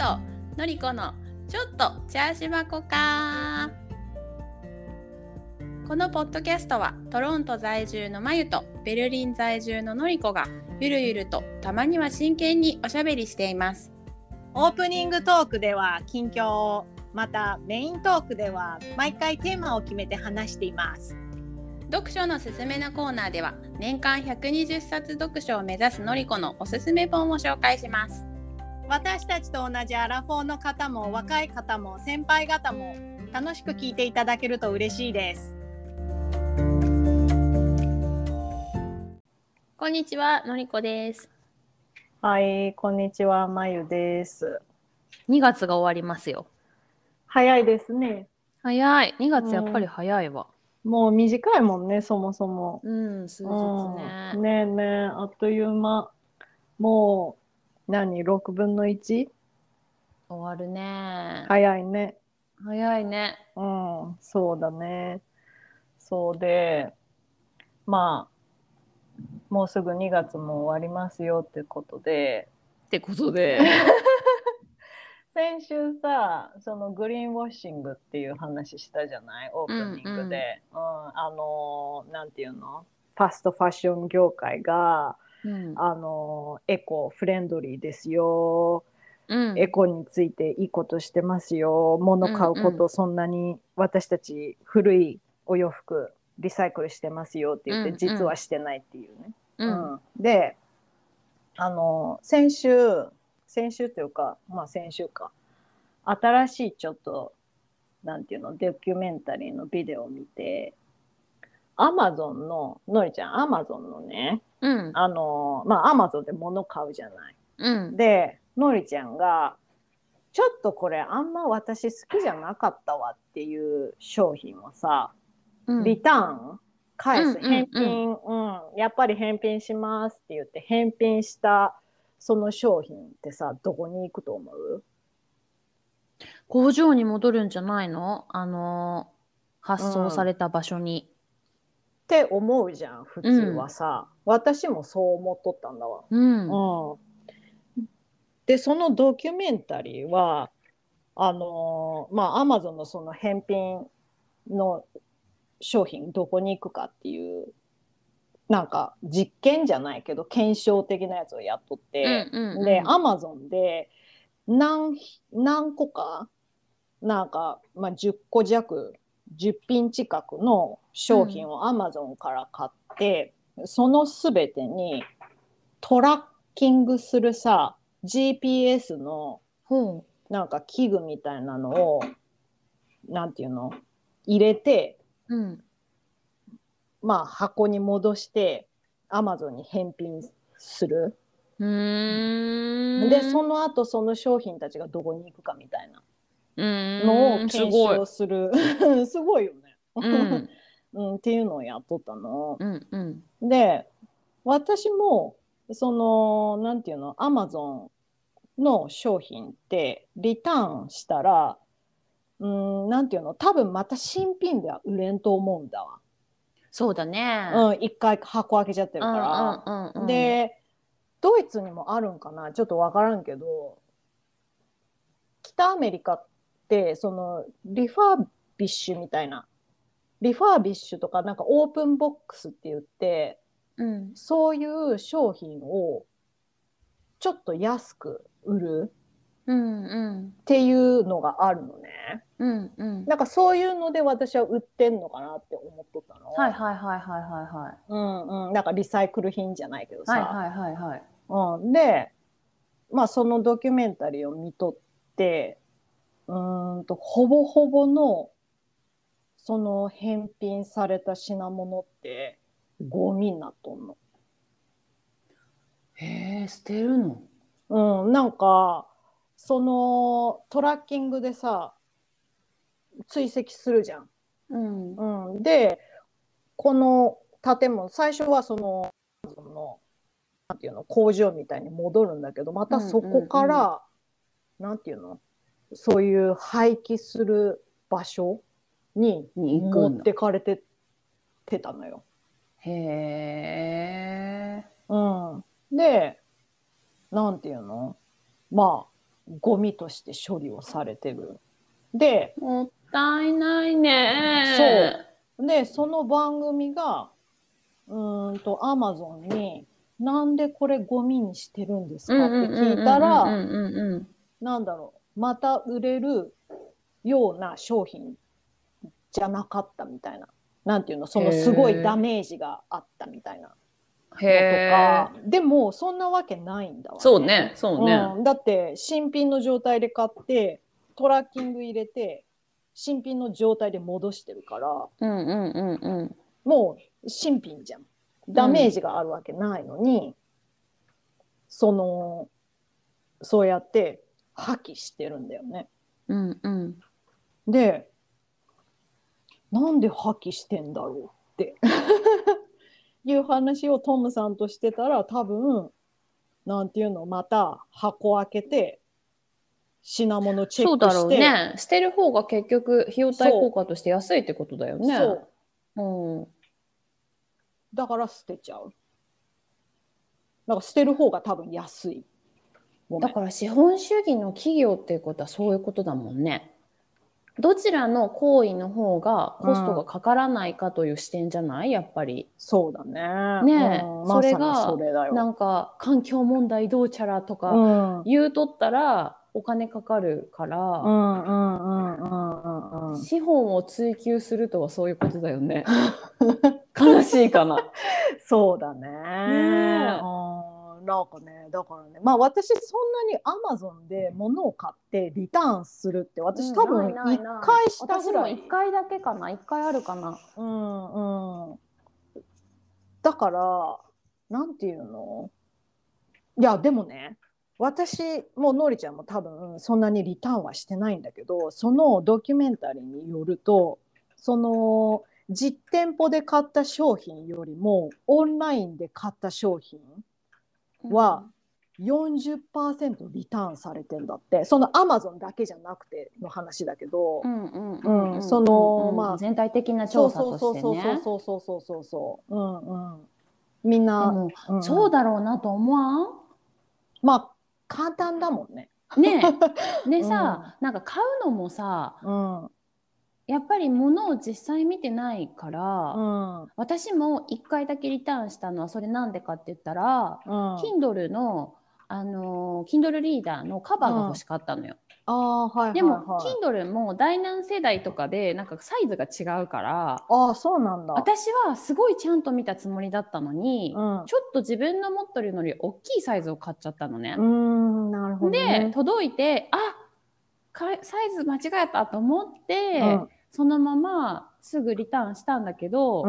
とのりこのちょっとチャーシュバコか。このポッドキャストはトロント在住のまゆとベルリン在住ののりこがゆるゆるとたまには真剣におしゃべりしています。 オープニングトークでは近況を、またメイントークでは毎回テーマを決めて話しています。 読書のすすめのコーナーでは年間120冊読書を目指すのりこのおすすめ本を紹介します。 私たちと同じアラフォーの方も若い方も先輩方も楽しく聞いていただけると嬉しいです。 こんにちは、のりこです。 はい、こんにちは、まゆです。 2月が終わりますよ。 早いですね。 早い。2月やっぱり早いわ。 もう短いもんね、そもそも。 数日ね。 ねえねえ、あっという間。もう、6分の 1？ 終わるね。 早いね。 早いね。 そうだね。そうで、まあ、もうすぐ2月も終わりますよってことで。先週さ、そのグリーンウォッシングっていう話したじゃない？オープニングで。なんていうの？ファストファッション業界が、エコフレンドリーですよ。エコについていいことしてますよ。物買うことそんなに私たち古いお洋服リサイクルしてますよって言って、実はしてないっていうね。で、先週というか、先週か。新しいちょっと、なんていうの、ドキュメンタリーのビデオを見て、アマゾンの、のりちゃん、アマゾンのね、アマゾンで物買うじゃない。で、のりちゃんが、ちょっとこれあんま私好きじゃなかったわっていう商品をさ、リターン返す、返品、やっぱり返品しますって言って返品したその商品ってさ、どこに行くと思う？ 工場に戻るんじゃないの？発送された場所に。 って思うじゃん、普通はさ。私もそう思っとったんだわ。で、そのドキュメンタリーは、アマゾンのその返品の商品どこに行くかっていうなんか実験じゃないけど検証的なやつをやっとって、でアマゾンで何個かなんか、10個弱10品近くの商品をアマゾンから買って、その全てにトラッキングするさ GPS のなんか器具みたいなのをなんていうの入れて、箱に戻してアマゾンに返品する。でその後その商品たちがどこに行くかみたいなのを検証する。すごいよね。っていうのをやっとったの。で私もそのなんていうのアマゾンの商品ってリターンしたらなんていうの多分また新品では売れんと思うんだわ。 そうだね。 一回箱開けちゃってるから。でドイツにもあるんかなちょっと分からんけど北アメリカってそのリファービッシュみたいなリファービッシュとかなんかオープンボックスって言って、そういう商品をちょっと安く売るっていうのがあるのね。なんかそういうので私は売ってんのかなって思っとったの。なんかリサイクル品じゃないけどさ。で、そのドキュメンタリーを見とってほぼほぼのその返品された品物ってゴミになっとんの。 へえ、捨てるの？ なんかそのトラッキングでさ追跡するじゃん。でこの建物最初はそのなんていうの工場みたいに戻るんだけどまたそこからなんていうのそういう廃棄する場所に持ってかれてたのよ。 へえ。 でなんていうのゴミとして処理をされてる。で、 もったいないね。 そう。で、その番組が、アマゾンに、なんでこれゴミにしてるんですかって聞いたら、なんだろう、また売れるような商品じゃなかったみたいな。なんていうの、そのすごいダメージがあったみたいなのとか。でも、そんなわけないんだわね。 そうね、そうね。 だって、新品の状態で買って、トラッキング入れて、新品の状態で戻してるから、もう新品じゃん。ダメージがあるわけないのに、そうやって破棄してるんだよね。で、なんで破棄してんだろうっていう話をトムさんとしてたら、多分、なんていうの、また箱開けて、品物チェックして。 そうだろうね。捨てる方が結局、費用対効果として安いってことだよね。 そう。だから捨てちゃう。だから捨てる方が多分安い。 だから資本主義の企業っていうことはそういうことだもんね。どちらの行為の方がコストがかからないかという視点じゃない？やっぱり。 そうだね。 ねえ、それがれなんか環境問題どうちゃらとか言うとったらお金かかるから、資本を追求するとはそういうことだよね。悲しいかな。 そうだね。なんかね、だからね、まあ私そんなにアマゾンで物を買ってリターンするって私多分1回したぐらい。 私も1回だけかな、1回あるかな。 だからなんていうの？いやでもね、私ものりちゃんも多分そんなにリターンはしてないんだけど、そのドキュメンタリーによると、その実店舗で買った商品よりもオンラインで買った商品は 40% リターンされてんだって。そのアマゾンだけじゃなくての話だけど、そのまあ全体的な調査としてね。 みんなでも、そうだろうなと思わん？ まあ簡単だもんね。 ねえ。でさ、なんか買うのもさ、やっぱり物を実際見てないから、私も1回だけリターンしたのはそれなんでかって言ったら、Kindle のKindle リーダーのカバーが欲しかったのよ。でも Kindle も第何世代とかでなんかサイズが違うから、 そうなんだ。 私はすごいちゃんと見たつもりだったのに、ちょっと自分の持ってるのより大きいサイズを買っちゃったのね。 なるほどね。 で届いてサイズ間違えたと思って、そのまますぐリターンしたんだけど、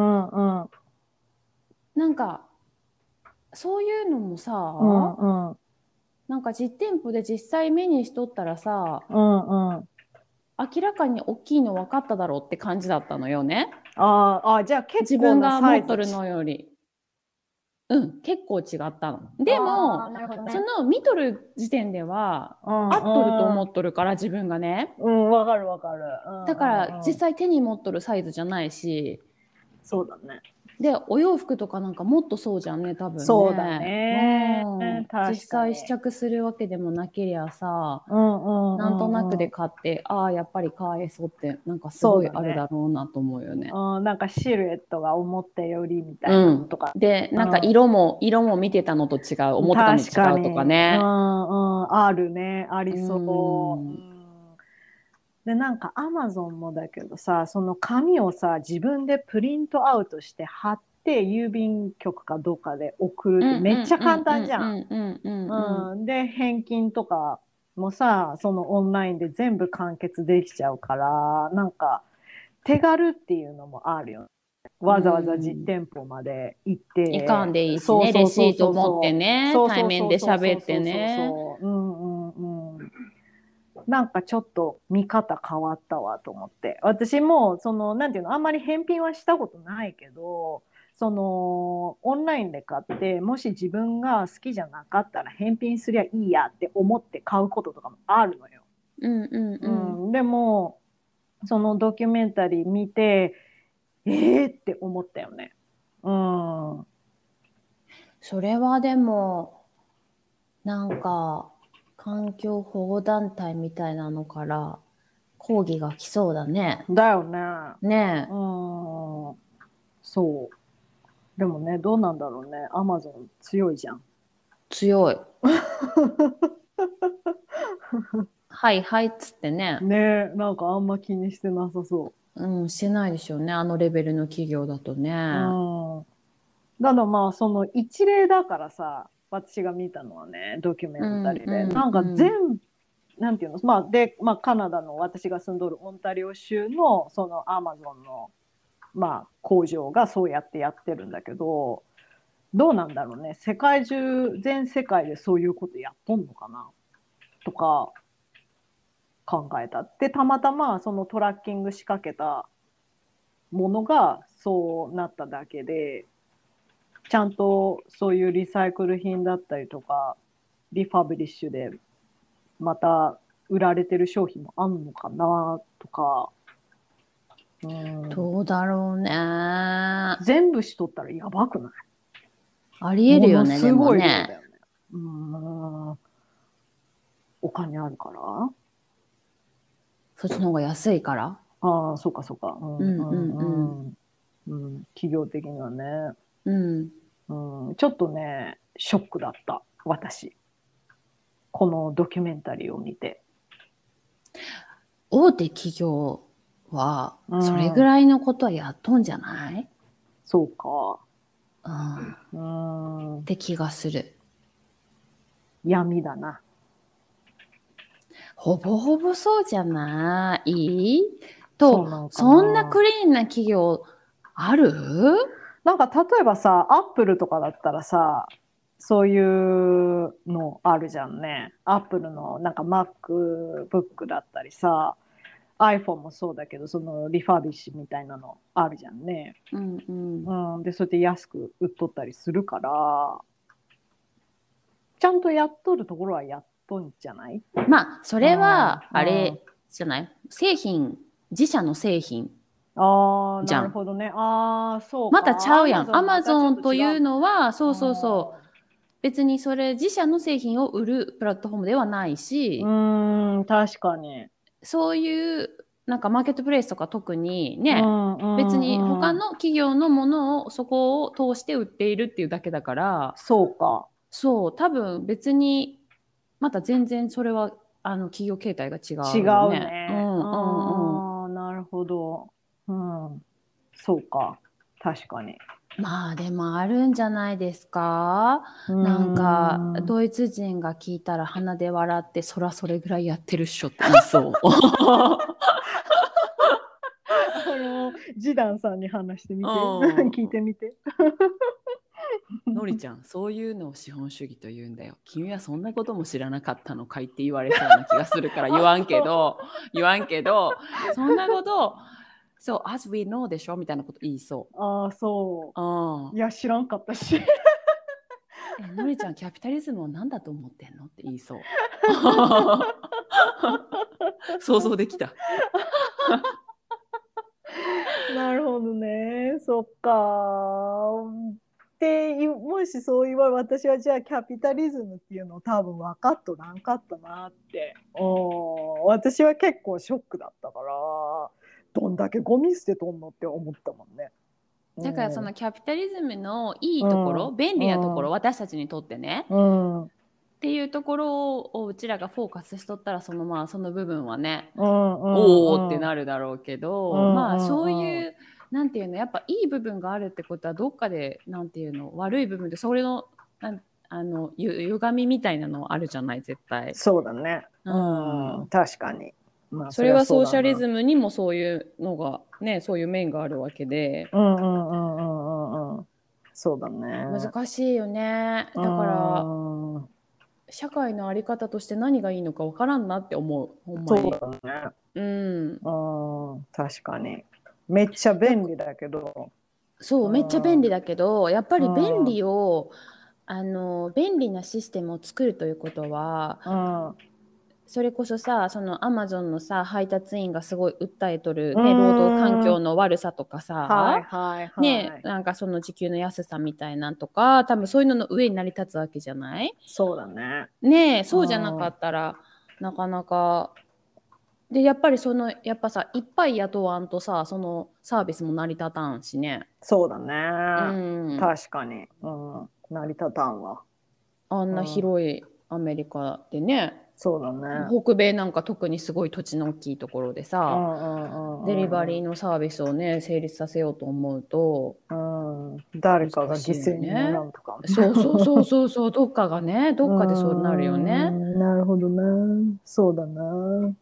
なんかそういうのもさ、なんか実店舗で実際目にしとったらさ、明らかに大きいの分かっただろうって感じだったのよね。 じゃあ結構自分が持っとるのより。結構違ったの。でも、その見とる時点では、合っとると思っとるから、自分がね。 わかるわかる。 だから実際手に持っとるサイズじゃないし。 そうだね。 で、お洋服とかなんかもっとそうじゃんね、多分ね。 そうだね。 実際試着するわけでもなけりゃさ、なんとなくで買って、やっぱり買えそうって、なんかすごいあるだろうなと思うよね。 なんかシルエットが思ったよりみたいなのとか。 で、なんか色も見てたのと違う、思ってたのと違うとかね。 あるね、ありそう。でなんかアマゾンもだけどさ、その紙をさ自分でプリントアウトして貼って郵便局かどうかで送るってめっちゃ簡単じゃん。で返金とかもさ、そのオンラインで全部完結できちゃうから、なんか手軽っていうのもあるよ。わざわざ実店舗まで行っていかんでいいしね、レシート持ってね、対面で喋ってね。 なんかちょっと見方変わったわと思って。私もなんていうの、あんまり返品はしたことないけど、オンラインで買ってもし自分が好きじゃなかったら返品すりゃいいやって思って買うこととかもあるのよ。でもそのドキュメンタリー見てって思ったよね。 それはでもなんか環境保護団体みたいなのから抗議が来そうだね。 だよね。 ねえ。 そう。でもね、どうなんだろうね。アマゾン強いじゃん。 強い。はいはいっつってね。 ね、なんかあんま気にしてなさそうん、してないでしょうね。あのレベルの企業だとね。 だからまあその一例だからさ、私が見たのはね、ドキュメンタリーで、なんかなんていうの、カナダの私が住んどるオンタリオ州のそのアマゾンの工場がそうやってやってるんだけど、どうなんだろうね。全世界でそういうことやっとんのかなとか考えた。で、たまたまそのトラッキング仕掛けたものがそうなっただけで、ちゃんとそういうリサイクル品だったりとか、リファブリッシュでまた売られてる商品もあんのかなとか。 どうだろうね。 全部しとったらやばくない？ ありえるよね、 すごい量だよね。 お金あるから？ そっちの方が安いから。 ああ、そうかそうか。企業的にはね。ちょっとね、ショックだった、私。このドキュメンタリーを見て。 大手企業は、それぐらいのことはやっとんじゃない？ そうか。 って気がする。 闇だな。 ほぼほぼそうじゃないと、そんなクリーンな企業ある？ なんか例えばさ、アップルとかだったらさ、そういうのあるじゃんね。アップルのなんか MacBook だったりさ、iPhone もそうだけど、そのリファビッシュみたいなのあるじゃんね。で、そうやって安く売っとったりするから、ちゃんとやっとるところはやっとんじゃない？ まあ、それは、あれじゃない？自社の製品。 なるほどね。そうか。 またちゃうやん。アマゾンというのは、そう。別にそれ自社の製品を売るプラットフォームではないし、 確かに。 そういうなんかマーケットプレイスとか特にね、別に他の企業のものをそこを通して売っているっていうだけだから、 そうか。 そう、多分別にまた全然それは企業形態が違うよね。 違うね。なるほど。そうか。確かに。 まあでもあるんじゃないですか。なんかドイツ人が聞いたら鼻で笑ってそらそれぐらいやってるっしょって言いそう。 ジダンさんに話してみて。聞いてみて。 のりちゃん、そういうのを資本主義と言うんだよ。君はそんなことも知らなかったのかいって言われそうな気がするから言わんけど、そんなことそう、as we know でしょみたいなこと言いそう。 そう。いや、知らんかったし。 のりちゃん、キャピタリズムを何だと思ってんのって言いそう。想像できた。 なるほどね。そっか。もしそう言われ私はじゃあキャピタリズムっていうのを多分分かっとらんかったなって。私は結構ショックだったから。どんだけゴミ捨てとんのって思ったもんね。 だからそのキャピタリズムのいいところ、便利なところ、私たちにとってね、っていうところをうちらがフォーカスしとったらその部分はね、おおってなるだろうけど、そういうなんていうの、やっぱいい部分があるってことはどっかでなんていうの、悪い部分でそれの歪みみたいなのあるじゃない、絶対。 そうだね。確かに。 それはソーシャリズムにもそういうのがね、そういう面があるわけで。 そうだね。 難しいよね。だから社会のあり方として何がいいのかわからんなって思う。ほんまに。 そうだね。確かに。めっちゃ便利だけど。 そう、めっちゃ便利だけど、やっぱり便利を便利なシステムを作るということは、 それこそさ、そのアマゾンのさ、配達員がすごい訴えとる、ね、労働環境の悪さとかさ、ね、なんかその時給の安さみたいなんとか、多分そういうのの上に成り立つわけじゃない？ そうだね。 ねえ、そうじゃなかったら、なかなか。で、やっぱりやっぱさ、いっぱい雇わんとさ、そのサービスも成り立たんしね。 そうだね。確かに。成り立たんわ。 あんな広いアメリカでね。 そうだね。 北米なんか特にすごい土地の大きいところでさ、デリバリーのサービスをね、成立させようと思うと、 誰かが犠牲にならんとか。 そう、どっかがね、どっかでそうなるよね。 なるほどな。そうだな。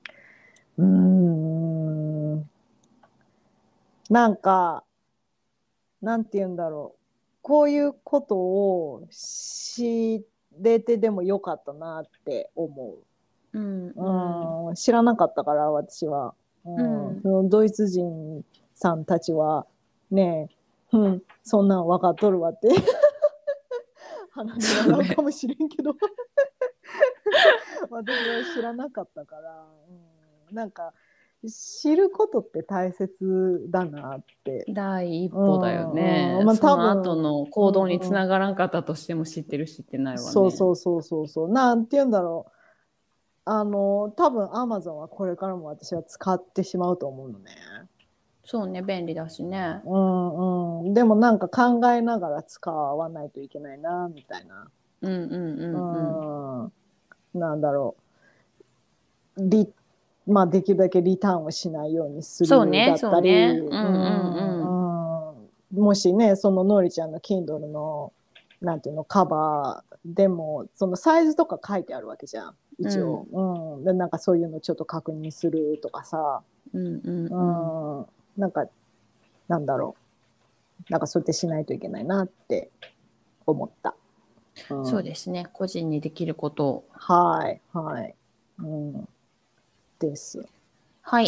なんか、なんて言うんだろう。こういうことを知れてでもよかったなって思う。知らなかったから、私は。そのドイツ人さんたちは、ねえ、そんなん分かっとるわって鼻に笑うかもしれんけど私は知らなかったから、なんか知ることって大切だなって。 第一歩だよね。その後の行動につながらんかったとしても知ってる知ってないわね。 そう。なんて言うんだろう。多分アマゾンはこれからも私は使ってしまうと思うのね。 そうね、便利だしね。 でもなんか考えながら使わないといけないなみたいな。なんだろう。まあできるだけリターンをしないようにするだったり、もしね、そののりちゃんの Kindle のなんていうのカバーでもそのサイズとか書いてあるわけじゃん。一応、でなんかそういうのちょっと確認するとかさ、なんかなんだろう、なんかそうやってしないといけないなって思った。 そうですね、個人にできることを。 はい、です。 はい。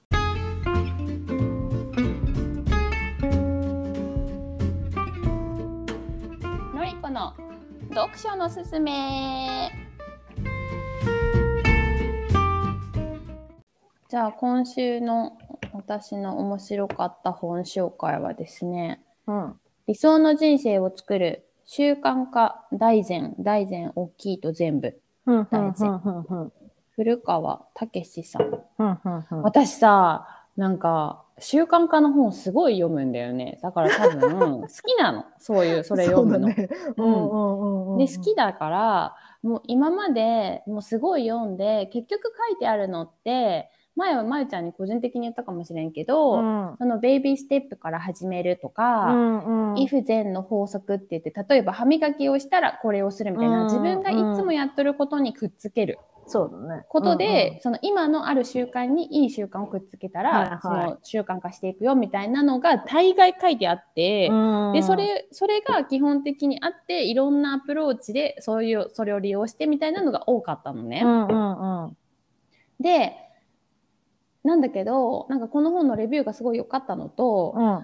のりこの読書のすすめ。じゃあ今週の私の面白かった本紹介はですね、理想の人生を作る習慣化大全大きいと全部大全、古川武史さん。私さ、なんか習慣化の本すごい読むんだよね。だから多分好きなの。そういうそれ読むの。で好きだからもう今までもうすごい読んで結局書いてあるのって前はまゆちゃんに個人的に言ったかもしれんけど、そのベイビーステップから始めるとか、if then の法則って言って、例えば歯磨きをしたらこれをするみたいな、自分がいつもやってることにくっつけることで、その今のある習慣にいい習慣をくっつけたら、その習慣化していくよみたいなのが大概書いてあって、でそれが基本的にあって、いろんなアプローチでそれを利用してみたいなのが多かったのね。でなんだけど、なんかこの本のレビューがすごい良かったのと、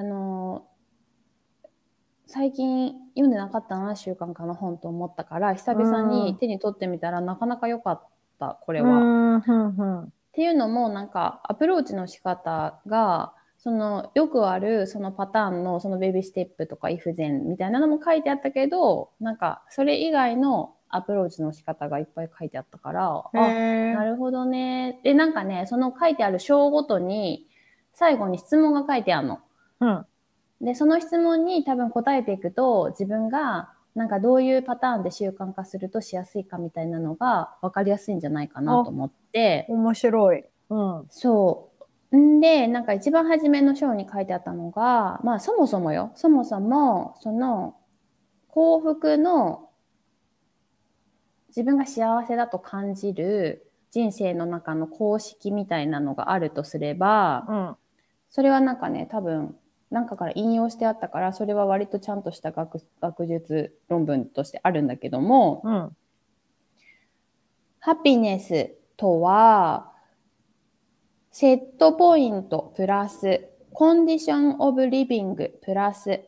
最近読んでなかったな習慣化の本と思ったから久々に手に取ってみたらなかなか良かったこれは。っていうのもなんかアプローチの仕方がそのよくあるそのパターンのそのベビーステップとかif thenみたいなのも書いてあったけど、なんかそれ以外のアプローチの仕方がいっぱい書いてあったから、なるほどね。でなんかね、その書いてある章ごとに最後に質問が書いてあるの。でその質問に多分答えていくと自分がなんかどういうパターンで習慣化するとしやすいかみたいなのが分かりやすいんじゃないかなと思って。 面白い。 そうんでなんか一番初めの章に書いてあったのが、まあそもそもその幸福の自分が幸せだと感じる人生の中の公式みたいなのがあるとすれば、それはなんかね多分なんかから引用してあったから、それは割とちゃんとした学術論文としてあるんだけども、ハピネスとはセットポイントプラスコンディションオブリビングプラス、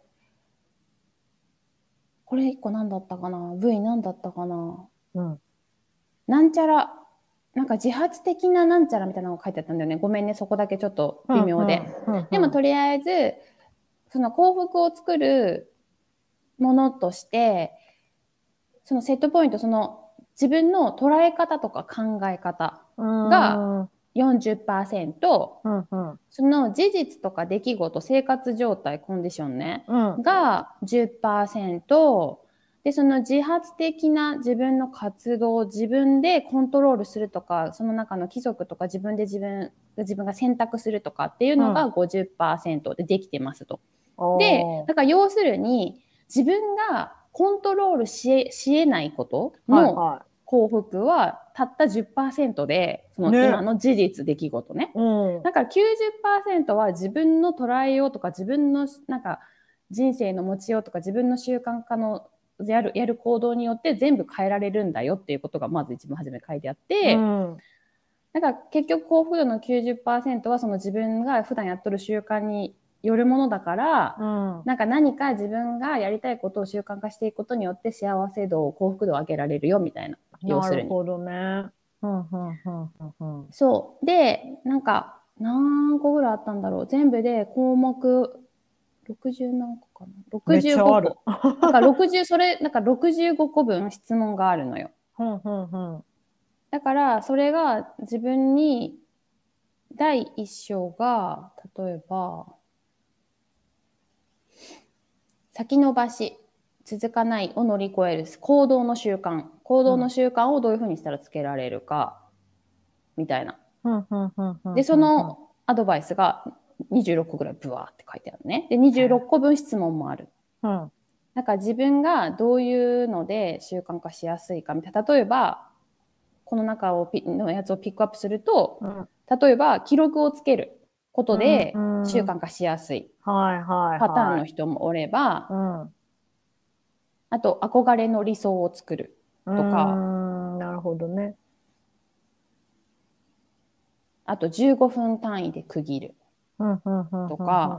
これ1個何だったかな、 V 何だったかな、 なんちゃら、なんか自発的ななんちゃらみたいなのが書いてあったんだよね。ごめんね、そこだけちょっと微妙で。でもとりあえず、その幸福を作るものとして、そのセットポイント、その自分の捉え方とか考え方が40%、その事実とか出来事、生活状態、コンディションね、が10%、で、その自発的な自分の活動を自分でコントロールするとか、その中の規則とか自分が選択するとかっていうのが50%でできてますと。で、だから要するに自分がコントロールしえないことの幸福はたった 10% で、その今の事実、出来事ね。だから 90% は自分の捉えようとか、自分のなんか人生の持ちようとか、自分の習慣化のやる行動によって全部変えられるんだよっていうことがまず一番初め書いてあって、だから結局幸福度の 90% はその自分が普段やっとる習慣によるものだから、なんか何か自分がやりたいことを習慣化していくことによって幸せ度、幸福度を上げられるよみたいな。要するに。 なるほどね。 そう。で、なんか何個ぐらいあったんだろう。全部で項目60何個かな。65個。なんかなんか65個分質問があるのよ。だからそれが自分に第一章が例えば先延ばし、続かないを乗り越える行動の習慣をどういうふうにしたらつけられるかみたいな。でそのアドバイスが26個ぐらいブワーって書いてあるね。で26個分質問もある。だから自分がどういうので習慣化しやすいかみたいな。例えばこの中のやつをピックアップすると、例えば記録をつけることで習慣化しやすいパターンの人もおれば、あと憧れの理想を作るとか、 なるほどね。 あと15分単位で区切るとか、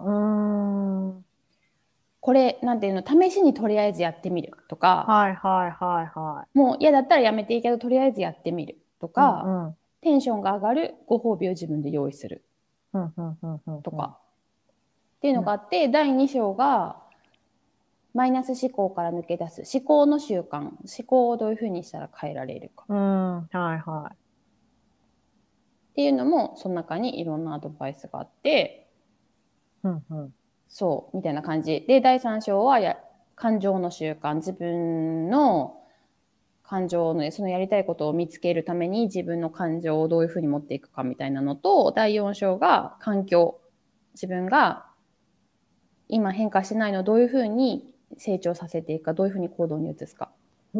これなんていうの、試しにとりあえずやってみるとか、もう嫌だったらやめていいけどとりあえずやってみるとか、テンションが上がるご褒美を自分で用意するとかっていうのがあって、第2章がマイナス思考から抜け出す思考の習慣、思考をどういうふうにしたら変えられるかっていうのもその中にいろんなアドバイスがあって、そうみたいな感じで、第3章は感情の習慣、自分の感情のそのやりたいことを見つけるために自分の感情をどういうふうに持っていくかみたいなのと、第4章が環境、自分が今変化してないのをどういうふうに成長させていくか、どういうふうに行動に移すか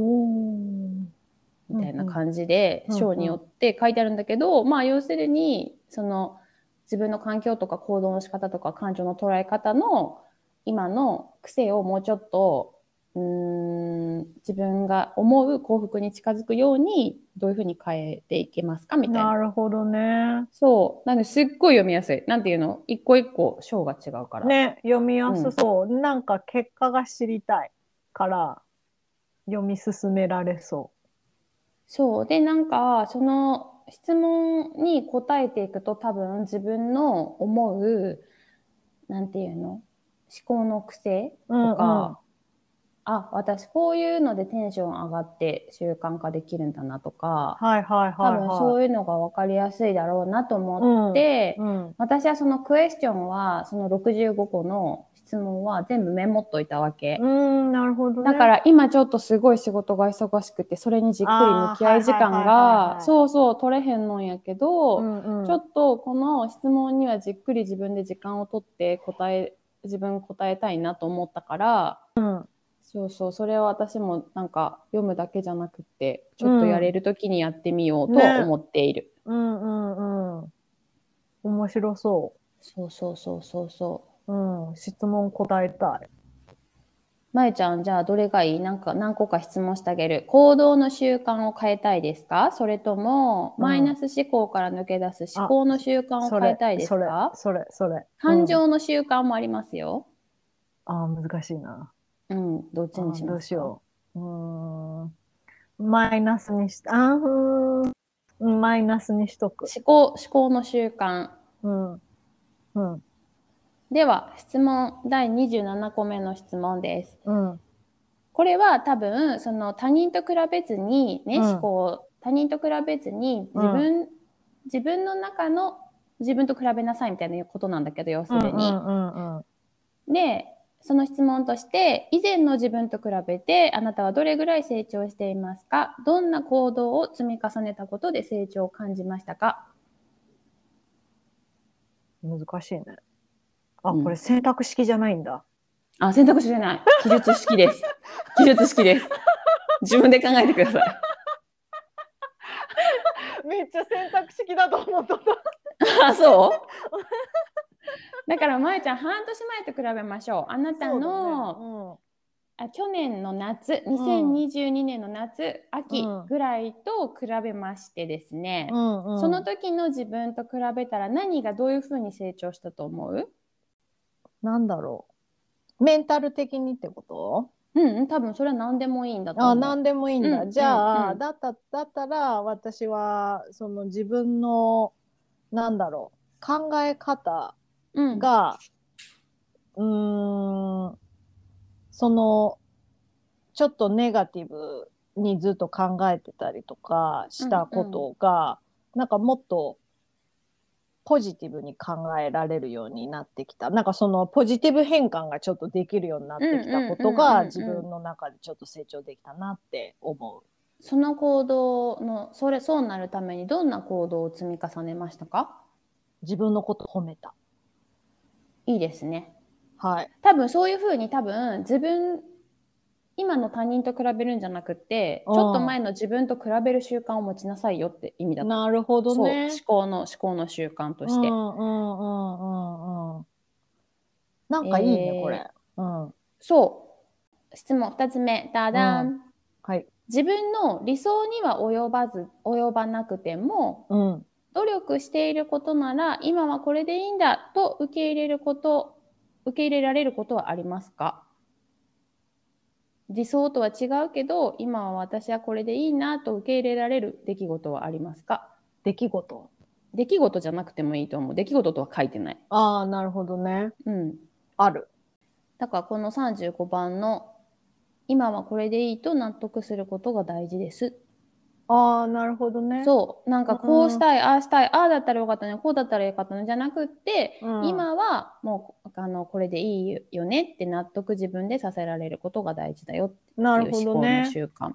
みたいな感じで章によって書いてあるんだけど、まあ要するにその自分の環境とか行動の仕方とか感情の捉え方の今の癖をもうちょっと自分が思う幸福に近づくようにどういうふうに変えていけますかみたいな。 なるほどね。 そう。なのですっごい読みやすい。なんていうの、一個一個章が違うから。 ね、読みやすそう。なんか結果が知りたいから読み進められそう。 そうで、なんかその質問に答えていくと多分自分の思うなんていうの思考の癖とか、あ、私こういうのでテンション上がって習慣化できるんだなとか、多分そういうのが分かりやすいだろうなと思って、私はそのクエスチョンはその65個の質問は全部メモっといたわけ。 なるほどね。 だから今ちょっとすごい仕事が忙しくて、それにじっくり向き合い時間がそうそう取れへんのんやけど、ちょっとこの質問にはじっくり自分で時間を取って自分答えたいなと思ったから、そうそう、それは私もなんか読むだけじゃなくてちょっとやれる時にやってみようと思っている。 面白そう。質問答えたい。 まゆちゃん、じゃあどれがいい？なんか何個か質問してあげる。行動の習慣を変えたいですか？それとも、マイナス思考から抜け出す思考の習慣を変えたいですか？ それ。 感情の習慣もありますよ。 難しいな。 どっちにしますか？ どうしよう。 マイナスにし、マイナスにしとく。 思考の習慣。 うん。うん。 では、第27個目の質問です。 うん。 これは多分、その他人と比べずに、ね、他人と比べずに自分の中の自分と比べなさいみたいなことなんだけど、要するに。で、その質問として、以前の自分と比べて、あなたはどれぐらい成長していますか？どんな行動を積み重ねたことで成長を感じましたか？ 難しいね。これ選択式じゃないんだ。 選択肢じゃない。記述式です。記述式です。自分で考えてください。 めっちゃ選択式だと思った。 そうだから、まゆちゃん、半年前と比べましょう。あなたの、去年の夏、2022年の夏、秋ぐらいと比べましてですね、その時の自分と比べたら何がどういうふうに成長したと思う？ なんだろう。メンタル的にってこと？ 多分それは何でもいいんだと思う。 何でもいいんだ。じゃあ、だったら私はその自分のなんだろう、考え方が、そのちょっとネガティブにずっと考えてたりとかしたことが、なんかもっとポジティブに考えられるようになってきた。なんかそのポジティブ変換がちょっとできるようになってきたことが自分の中でちょっと成長できたなって思う。 その行動のそうなるためにどんな行動を積み重ねましたか？ 自分のこと褒めた。 いいですね。 はい。 多分そういうふうに今の他人と比べるんじゃなくて、ちょっと前の自分と比べる習慣を持ちなさいよって意味だった。 なるほどね。 そう、思考の習慣として。 なんかいいね、これ。 そう。質問2つ目。ダダン。 はい。 自分の理想には及ばなくても、努力していることなら今はこれでいいんだと受け入れられることはありますか？理想とは違うけど、今は私はこれでいいなと受け入れられる出来事はありますか？出来事じゃなくてもいいと思う。出来事とは書いてない。 なるほどね。ある。 だからこの35番の今はこれでいいと納得することが大事です。 なるほどね。 そう。なんかこうしたい、ああしたい、ああだったらよかったね、こうだったらよかったね、じゃなくって、今はもうこれでいいよねって納得自分でさせられることが大事だよっていう思考の習慣。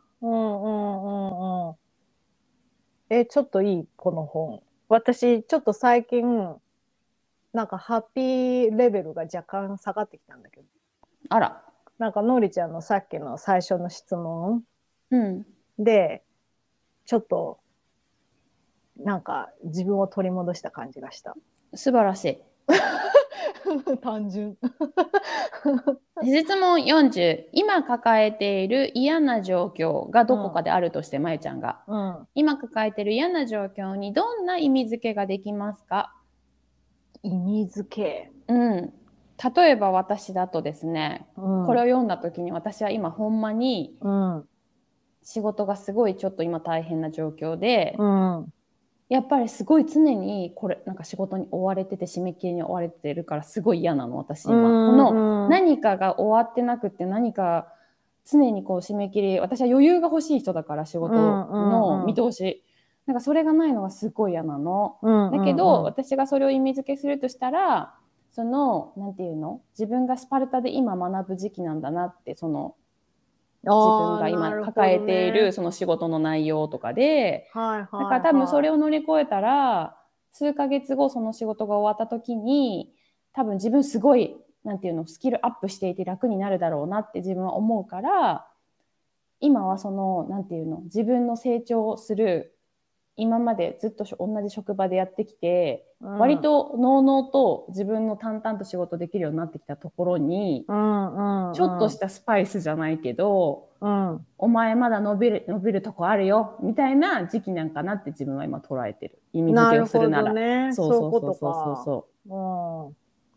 ちょっといい、この本。私、ちょっと最近、なんかハッピーレベルが若干下がってきたんだけど。 あら。 なんかのりちゃんのさっきの最初の質問で、ちょっとなんか自分を取り戻した感じがした。 素晴らしい。 単純。 質問40。今抱えている嫌な状況がどこかであるとして、まゆちゃんが、今抱えている嫌な状況にどんな意味付けができますか？ 意味付け。 例えば私だとですね、これを読んだ時に私は今ほんまに仕事がすごいちょっと今大変な状況で、やっぱりすごい常になんか仕事に追われてて締め切りに追われてるからすごい嫌なの、私今。この何かが終わってなくって何か常にこう締め切り、私は余裕が欲しい人だから仕事の見通し。なんかそれがないのがすごい嫌なの。だけど私がそれを意味付けするとしたら、なんていうの？自分がスパルタで今学ぶ時期なんだなって、自分が今抱えているその仕事の内容とかで、だから多分それを乗り越えたら、数ヶ月後その仕事が終わった時に、多分自分すごい、なんていうの、スキルアップしていて楽になるだろうなって自分は思うから、今はなんていうの、自分の成長をする、今までずっと同じ職場でやってきて、割とのうのうと自分の淡々と仕事できるようになってきたところに、ちょっとしたスパイスじゃないけど、お前まだ伸びるとこあるよみたいな時期なんかなって自分は今捉えてる。意味付けをするなら。 なるほどね。 そう。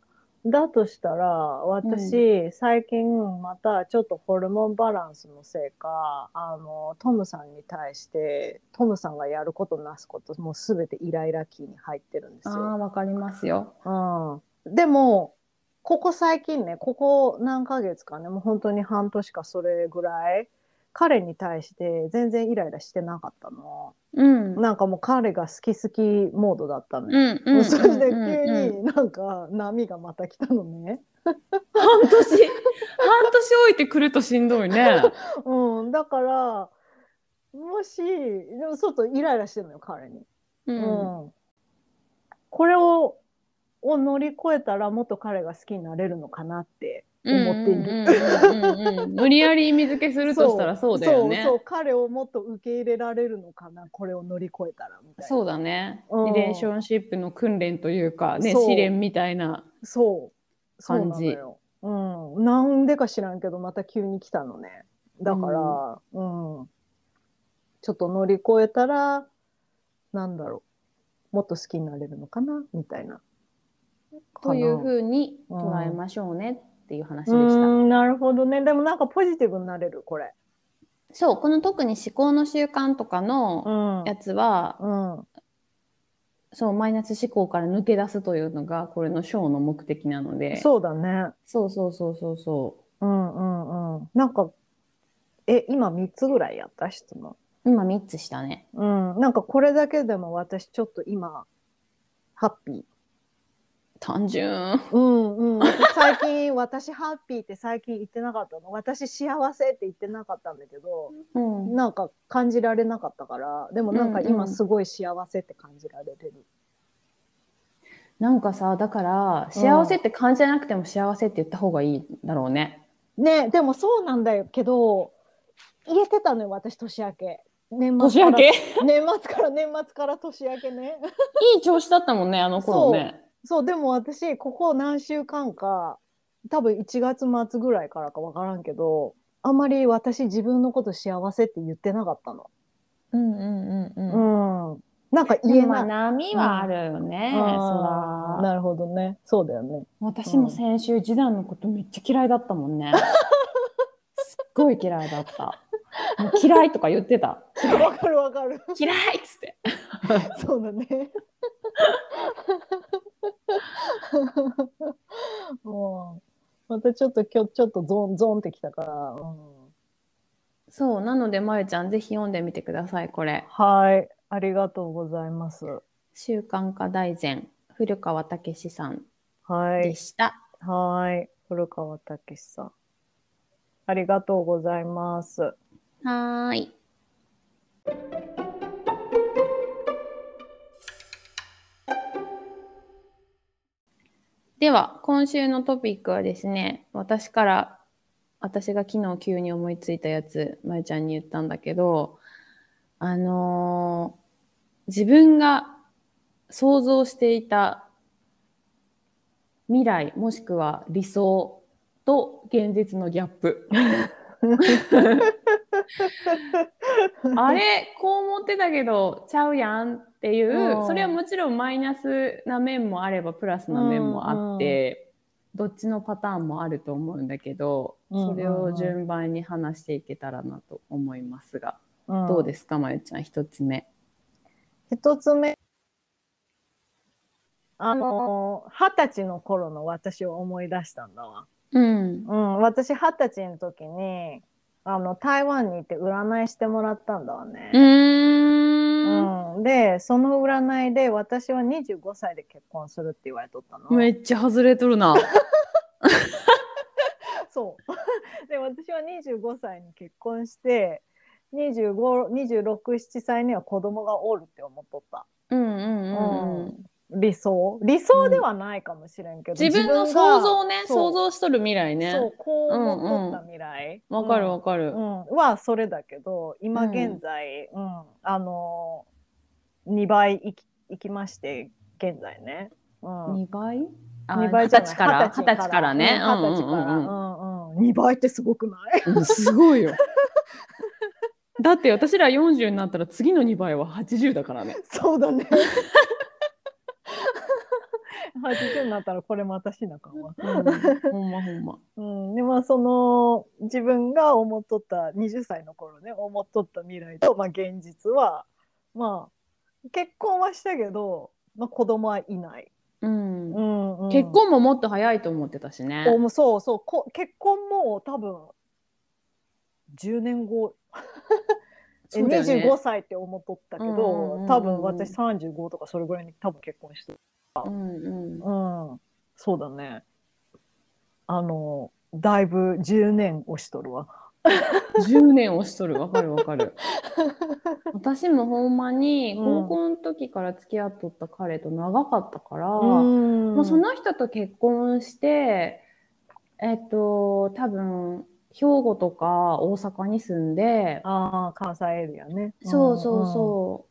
だとしたら、私、最近またちょっとホルモンバランスのせいか、トムさんに対して、トムさんがやることなすこと、もうすべてイライラ期に入ってるんですよ。 ああ、わかりますよ。 でも、ここ最近ね、ここ何ヶ月かね、もう本当に半年かそれぐらい、彼に対して全然イライラしてなかったの。なんかもう彼が好き好きモードだったのよ。それで急になんか波がまた来たのね。 半年置いてくるとしんどいね。 だからもしでも外イライラしてるのよ彼に。これを乗り越えたらもっと彼が好きになれるのかなって思っている。 無理やり意味付けするとしたらそうだよね。 そう彼をもっと受け入れられるのかな、これを乗り越えたらみたいな。 そうだね。リレーションシップの訓練というかね、試練みたいな感じ。 なんでか知らんけどまた急に来たのね。だから、ちょっと乗り越えたらなんだろう、もっと好きになれるのかなみたいな。 というふうに捉えましょうねっていう話でした。 なるほどね。でもなんかポジティブになれるこれ。 そう、この特に思考の習慣とかのやつは、そうマイナス思考から抜け出すというのがこれのショーの目的なので。 そうだね。 そう。 なんか今3つぐらいやった質問。 今3つしたね。 なんかこれだけでも私ちょっと今ハッピー。 単純。 私ハッピーって最近言ってなかったの。私幸せって言ってなかったんだけど、なんか感じられなかったから、でもなんか今すごい幸せって感じられる。 なんかさ、だから幸せって感じなくても幸せって言った方がいいんだろうね。 ね、でもそうなんだよけど、言えてたのよ私年明け。 年末から年明けね。 いい調子だったもんね、あの頃ね。 そう、でも私ここ何週間か、多分1月末ぐらいからか分からんけど、あんまり私自分のこと幸せって言ってなかったの。なんか言えない。 波はあるよね。 なるほどね。そうだよね。 私も先週次男のことめっちゃ嫌いだったもんね。すっごい嫌いだった。もう嫌いとか言ってた。 わかる。 嫌いっつって。 そうだね。もうまたちょっと今日ちょっとゾンってきたから。 そうなのでまゆちゃんぜひ読んでみてくださいこれ。 はい、ありがとうございます。 習慣化大全古川武史さんでした。 はい、古川武史さん。ありがとうございます。 はい。では今週のトピックはですね、私が昨日急に思いついたやつ、まゆちゃんに言ったんだけど、自分が想像していた未来もしくは理想と現実のギャップ。あれこう思ってたけどちゃうやんっていう、それはもちろんマイナスな面もあればプラスな面もあって、どっちのパターンもあると思うんだけど、それを順番に話していけたらなと思いますが、どうですかまゆちゃん。一つ目 20歳の頃の私を思い出したんだわ。私20歳の時に台湾に行って占いしてもらったんだわね。でその占いで私は25歳で結婚するって言われとったの。 めっちゃ外れとるな。 そうで私は25歳に結婚して25、26、7歳には子供がおるって思っとった。理想ではないかもしれんけど、 自分の想像ね、想像しとる未来ね。 そうこう思っとった未来、 わかるはそれだけど、今現在、2倍いきまして、現在ね、 2倍 ？2倍じゃない、 20歳からね。 2倍ってすごくない？ すごいよ。だって私ら40になったら次の2倍は80だからね。 そうだね。 80になったらこれまたしなあかんわ。 ほんまほんま。 でまあその自分が思っとった20歳の頃ね思っとった未来と、まあ、現実はまあ結婚はしたけど、まあ、子供はいない。 結婚ももっと早いと思ってたしね。 そうそう結婚も多分10年後25歳って思っとったけど、多分私35とかそれぐらいに多分結婚してた。そうだね。だいぶ10年押しとるわ。 10年押しとる。わかるわかる。私もほんまに高校の時から付き合っとった彼と長かったから、もうその人と結婚して、多分兵庫とか大阪に住んで、 関西エリアね。 そうそうそう。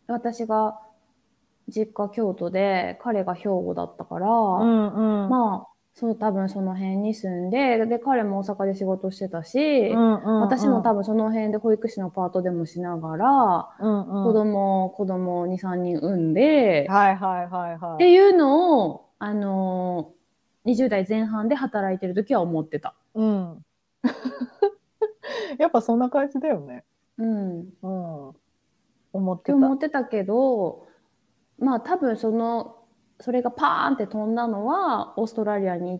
私が実家京都で彼が兵庫だったから、まあそう多分その辺に住んで、で彼も大阪で仕事してたし、私も多分その辺で保育士のパートでもしながら、子供2、3人産んで、っていうのを20代前半で働いてる時は思ってた。 やっぱそんな感じだよね。思ってたけど、まあ多分それがパーンって飛んだのはオーストラリアに行って、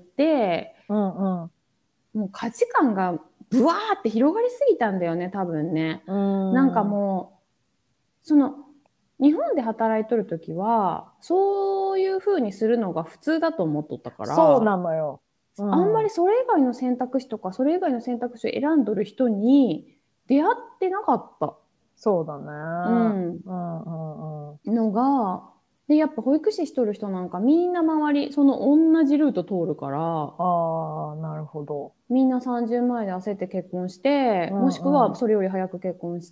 もう価値観がブワーって広がりすぎたんだよね、多分ね。なんかもう日本で働いとる時はそういう風にするのが普通だと思っとったから。 そうなのよ。 あんまりそれ以外の選択肢とかそれ以外の選択肢を選んどる人に出会ってなかった。 そうだね。 のがでやっぱ保育士しとる人なんかみんな周りその同じルート通るから。 なるほど。 みんな30前で焦って結婚して、もしくはそれより早く結婚して、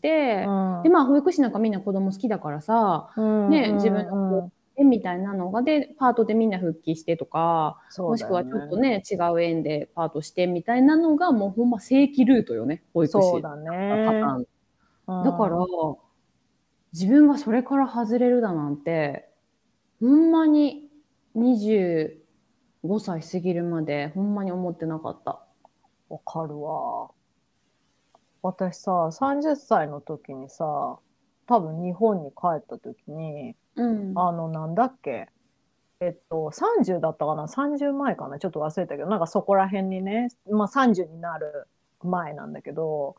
でまあ保育士なんかみんな子供好きだからさ、ね、自分の縁みたいなのがでパートでみんな復帰してとか、もしくはちょっとね違う縁でパートしてみたいなのがもうほんま正規ルートよね、保育士そうだね。 パターン。だから自分がそれから外れるだなんてほんまに25歳過ぎるまでほんまに思ってなかった。 わかるわ。私さ、30歳の時にさ、多分日本に帰った時に、なんだっけ、30だったかな ?30 前かなちょっと忘れたけど、なんかそこら辺にね、まあ30になる前なんだけど、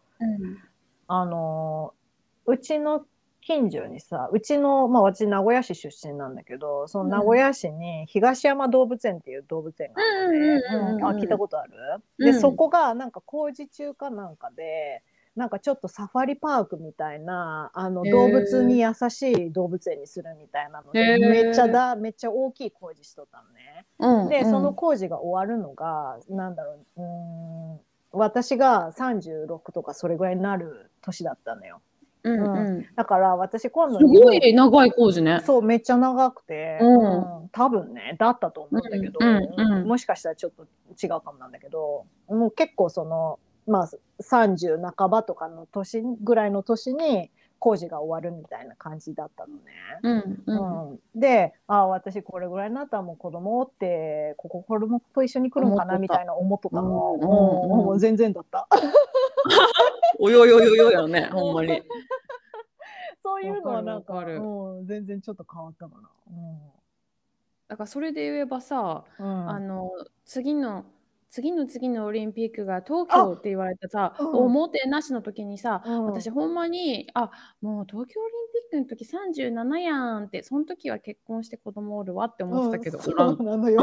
うちの近所にさ、まあ私名古屋市出身なんだけど、その名古屋市に東山動物園っていう動物園があるのね。聞いたことある？で、そこがなんか工事中かなんかで、なんかちょっとサファリパークみたいな、動物に優しい動物園にするみたいなので、めっちゃ大きい工事しとったのね。で、その工事が終わるのが、なんだろう、私が36とかそれぐらいになる年だったのよ。だから私今度すごい長い工事ね。 そうめっちゃ長くて、多分ねだったと思うんだけど、もしかしたらちょっと違うかもなんだけど、もう結構まあ30半ばとかの年ぐらいの年に工事が終わるみたいな感じだったのね。で、私これぐらいになったらもう子供って子供と一緒に来るんかなみたいな思っとったの。もう全然だった。 およよよよやね、ほんまに。 そういうのはなんか、全然ちょっと変わったかな。 だからそれで言えばさ、次のオリンピックが東京って言われたさ、おもてなしの時にさ、私ほんまにもう東京オリンピックの時37やんって、その時は結婚して子供おるわって思ってたけど、 そうなのよ。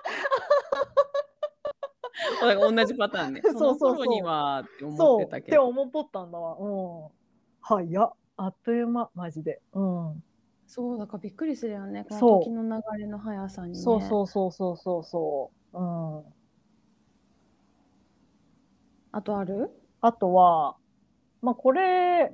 同じパターンね。その頃にはって思ってたけど。 そうって思っとったんだわ。早っ。あっという間、マジで。 そうだからびっくりするよね、この時の流れの速さにね。 そう。 あとある？ あとは、まあこれ、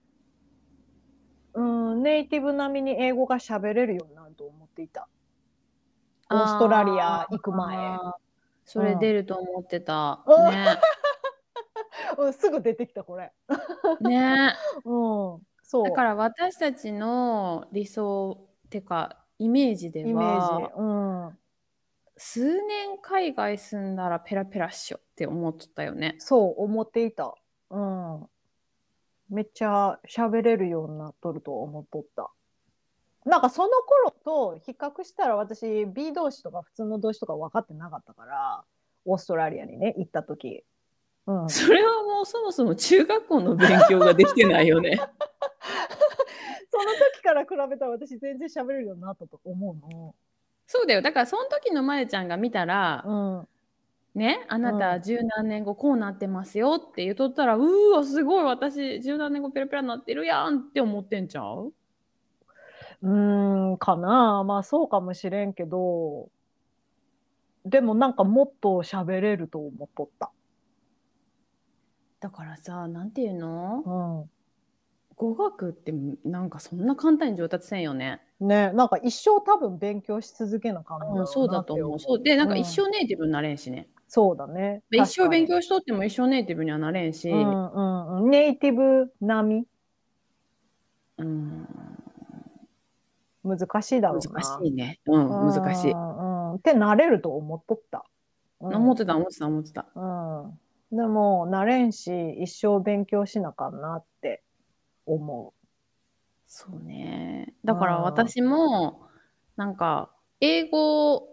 ネイティブ並みに英語が喋れるようになると思っていた。オーストラリア行く前。 それ出ると思ってた。ね。 すぐ出てきた、これ。 ね。そう。だから私たちの理想ってか、 イメージでイメージ。 は、数年海外住んだらペラペラっしょって思っとったよね。 そう思っていた。めっちゃ喋れるようになっとると思っとった。なんかその頃と比較したら私 B 動詞とか普通の動詞とか分かってなかったから、オーストラリアにね行った時。 それはもうそもそも中学校の勉強ができてないよね。 その時から比べたら私全然喋れるようになったと思うの。 そうだよ。だからその時のまゆちゃんが見たら、ね、あなた十何年後こうなってますよって言っとったら、うーわ、すごい、私十何年後ペラペラになってるやんって思ってんちゃう？ かな。まあそうかもしれんけど、でもなんかもっと喋れると思っとった。 だからさ、なんていうの？語学ってなんかそんな簡単に上達せんよね。 ね、なんか一生多分勉強し続けな感じだろそうだと思う。そうで、なんか一生ネイティブになれんしね。 そうだね。 一生勉強しとっても一生ネイティブにはなれんし。 ネイティブ並み。難しいだろうな。 難しいね。難しい。 ってなれると思っとった。 思ってた。 でも、なれんし、一生勉強しなかんなって思う。 そうね。だから私も、なんか、英語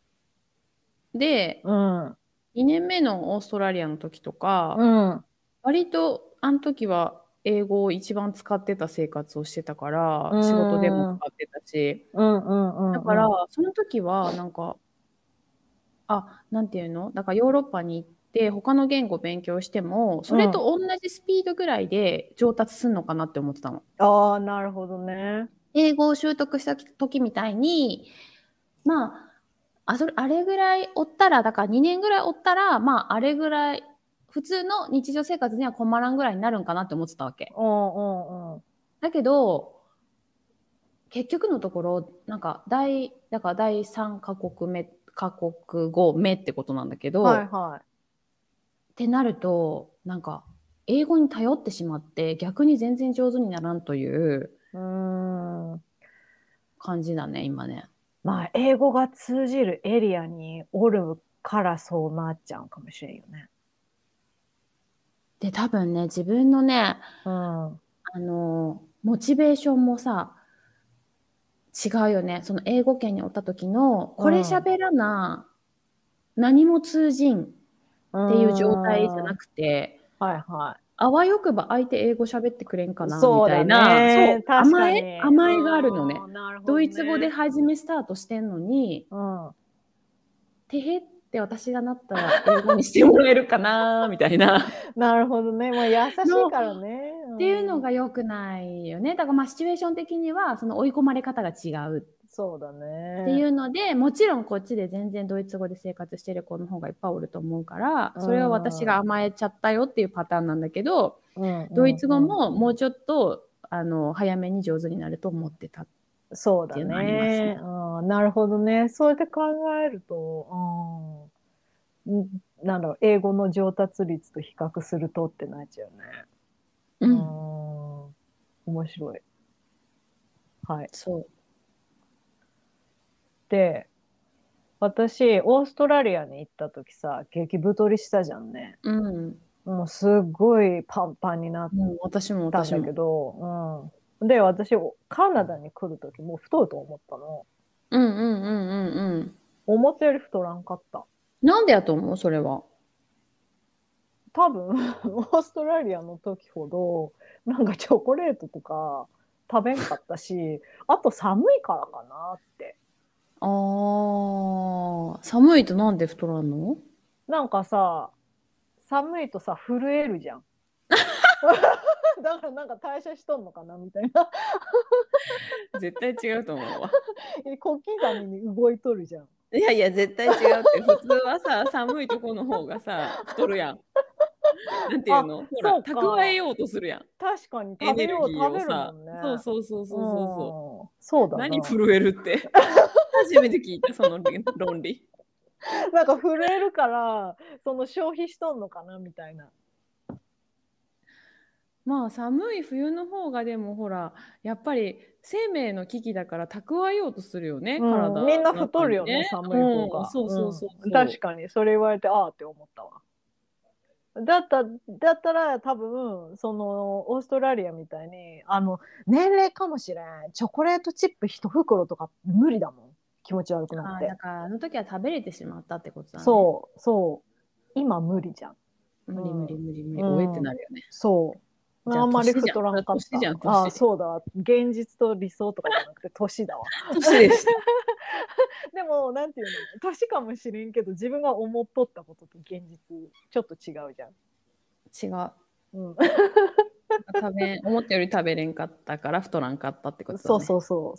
で、2年目のオーストラリアの時とか、割と、あの時は英語を一番使ってた生活をしてたから、仕事でも使ってたし、だから、その時は、なんか、なんていうの？だからヨーロッパに行って、他の言語を勉強しても、それと同じスピードぐらいで上達するのかなって思ってたの。 ああ、なるほどね。 英語を習得した時みたいに、まあ、あれぐらいおったら、だから2年ぐらいおったら、まあ、あれぐらい、普通の日常生活には困らんぐらいになるんかなって思ってたわけ。だけど、結局のところ、なんかだから第3カ国語目ってことなんだけど、ってなると、なんか、英語に頼ってしまって、逆に全然上手にならんという感じだね、今ね。 まあ、英語が通じるエリアにおるからそうなっちゃうかもしれんよね。 で、多分ね、自分のね、モチベーションもさ、違うよね。その英語圏におった時の、これ喋らな、何も通じんっていう状態じゃなくて、あわよくば相手英語喋ってくれんかなみたいな、そう甘えがあるのね。ドイツ語で初めスタートしてんのに、てへって私がなったら英語にしてもらえるかなみたいな。 なるほどね。もう優しいからね。 っていうのが良くないよね。だからまあシチュエーション的にはその追い込まれ方が違う。 そうだね。 っていうので、もちろんこっちで全然ドイツ語で生活してる子の方がいっぱいおると思うから、それは私が甘えちゃったよっていうパターンなんだけど、ドイツ語ももうちょっと早めに上手になると思ってたっていうのがありますね。 なるほどね。そうやって考えると、なんだろう、英語の上達率と比較するとってなっちゃうね。面白い。はい。 そう。 で、私、オーストラリアに行った時さ、激太りしたじゃんね。もうすっごいパンパンになったんだけど、で、私、カナダに来る時もう太ると思ったの。思ったより太らんかった。 なんでやと思う？それは。 多分、オーストラリアの時ほど、なんかチョコレートとか食べんかったし、あと寒いからかなって。 寒いとなんで太らんの？ なんかさ、寒いとさ、震えるじゃん。だからなんか代謝しとんのかなみたいな。 絶対違うと思うわ。 小刻みに動いとるじゃん。 いやいや、絶対違うって。普通はさ、寒いとこの方がさ、太るやん。なんていうの？ほら、蓄えようとするやん。 確かにエネルギーをさ。 そう。 そうだな。 何震えるって。初めて聞いた、その論理。 なんか震えるから、その消費しとんのかなみたいな。 まあ寒い冬の方がでもほらやっぱり生命の危機だから蓄えようとするよね、体みんなの中太るよね、 にね。 寒い方が。 そうそうそう確そかに、それ言われて、ああって思ったわ。だったら多分そのオーストラリアみたいに年齢かもしれんチョコレートチップ一袋とか無理だもん、気持ち悪くなって。 だからあの時は食べれてしまったってことだね。 そう今無理じゃん。 無理無理無理無理、おえってなるよね。 そうあんまり太らんかった。 年じゃん、 ああそうだ、現実と理想とかじゃなくて年だわ。 年でした。 でもなんていうの、年かもしれんけど自分が思っとったことと現実ちょっと違うじゃん。 違う。思ったより食べれんかったから太らんかったってことだね。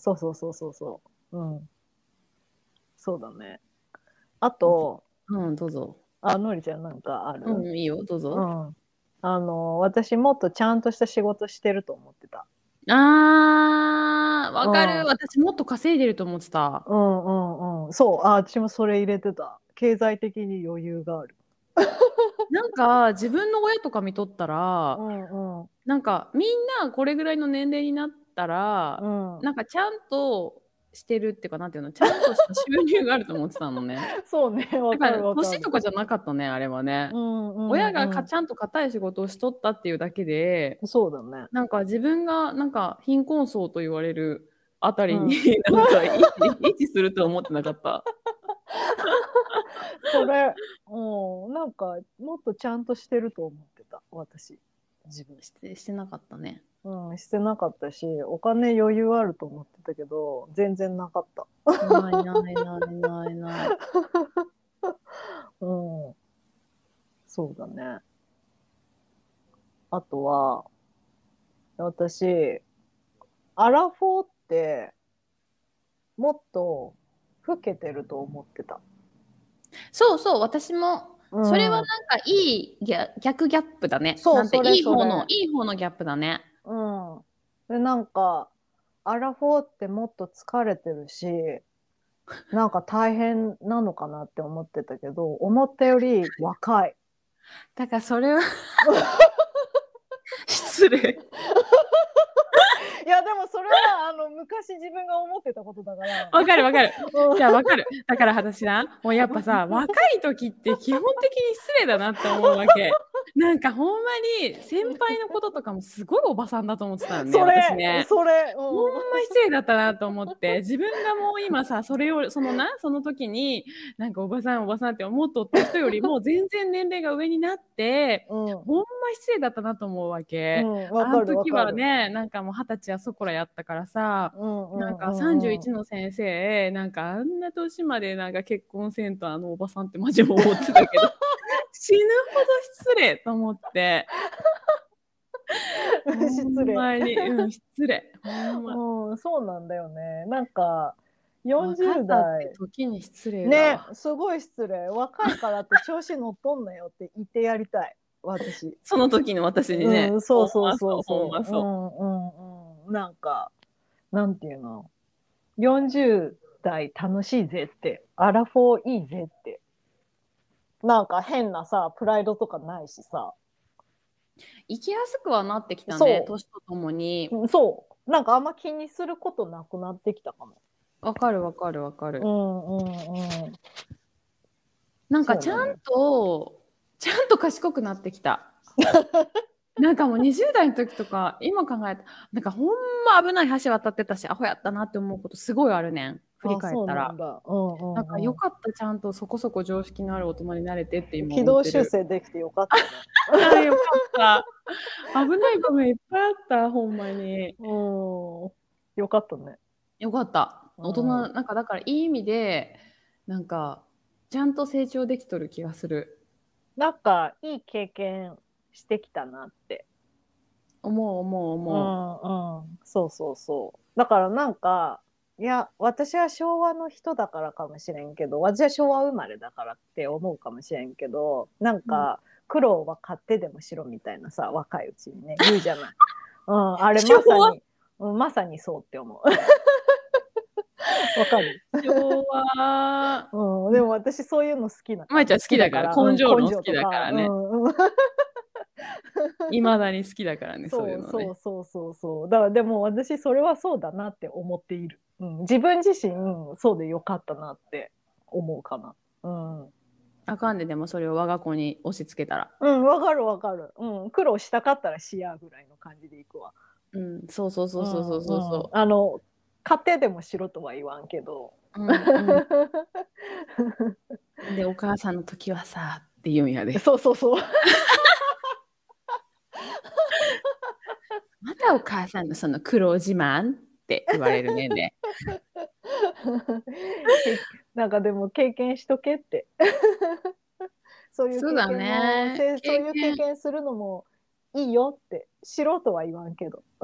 そうだね。あと、 どうぞ。 のりちゃんなんかある？ いいよ、どうぞ。 私もっとちゃんとした仕事してると思ってた。 わかる。私もっと稼いでると思ってた。 そう、私もそれ入れてた。経済的に余裕がある。 なんか自分の親とか見とったら、なんかみんなこれぐらいの年齢になったら、なんかちゃんとしてるっていうか、なんていうの、ちゃんとした収入があると思ってたのね。 そうね、わかるわかる。 年とかじゃなかったね、あれはね。親がちゃんと硬い仕事をしとったっていうだけで、 そうだね。 なんか自分がなんか貧困層と言われるあたりに、なんか位置すると思ってなかった。 それ、なんかもっとちゃんとしてると思ってた、私。自分してなかったね。 してなかったし、お金余裕あると思ってたけど、全然なかった。 ないないないない。 そうだね。あとは、私、アラフォーってもっと老けてると思ってた。 そうそう、私も。それはなんかいい逆ギャップだね。 そう、 なんていい方のギャップだね。 で、なんか、アラフォーってもっと疲れてるし、なんか大変なのかなって思ってたけど、思ったより若い。 だからそれは失礼。 いやでもそれは昔自分が思ってたことだから。 わかるわかる。いやわかる。だから私な、もうやっぱさ、若い時って基本的に失礼だなって思うわけ。なんかほんまに先輩のこととかもすごいおばさんだと思ってたよね。私ね。ほんま失礼だったなと思って、自分がもう今さ、その時になんかおばさんって思っとった人よりも全然年齢が上になって、ほんま失礼だったなと思うわけ。あの時はね、なんかもう20歳はそこらやったからさ、なんか31の先生、なんかあんな年までなんか結婚せんとおばさんってマジ思ってたけど。死ぬほど失礼と思って。 失礼。 ほんまに、失礼。 そうなんだよね。なんか40代時に失礼だわ。 ね、すごい失礼。若いからって調子乗っとんなよって言ってやりたい。私。 その時の私にね。 なんかなんていうの。40代楽しいぜって、アラフォーいいぜって。なんか変なさ、プライドとかないしさ。 生きやすくはなってきたね、年とともに。 そう。なんかあんま気にすることなくなってきたかも。 わかる。なんかちゃんと賢くなってきた。なんかもう20代の時とか、今考えたなんかほんま危ない橋渡ってたし、アホやったなって思うことすごいあるねん。振り返ったら。なんかよかった、ちゃんとそこそこ常識のある大人になれてって今思ってる。 軌道修正できてよかったね。 よかった。危ない場面いっぱいあった、ほんまに。 よかったね。 よかった。大人、なんかだからいい意味で、なんかちゃんと成長できとる気がする。 なんかいい経験してきたなって思う。 そう。だからなんか、いや、私は昭和の人だからかもしれんけど、私は昭和生まれだからって思うかもしれんけど、なんか、苦労は買ってでもしろみたいなさ、若いうちにね、言うじゃない。あれまさにそうって思う。わかる？ 昭和。 でも私そういうの好きな。 まいちゃん好きだから、根性論好きだからね。 いまだに好きだからね、そういそううのね。 そう。だからでも私それはそうだなって思っている。うん、自分自身そうでよかったなって思うかな。うん。 あかんで、でもそれを我が子に押し付けたら。 うん、わかるわかる。うん、苦労したかったらしやぐらいの感じでいくわ。 うん、そうそうそうそうそうそううんうん。 そ家庭でもしろとは言わんけど。 う。うんうん。で、お母さんの時はさ、って言うんやで。 そうそうそう。 またお母さんのその苦労自慢って言われるねんで。 なんかでも経験しとけって。そういうそうだ経験も、 ね。 そう経験。 いう経験するのもいいよって、素人は言わんけど。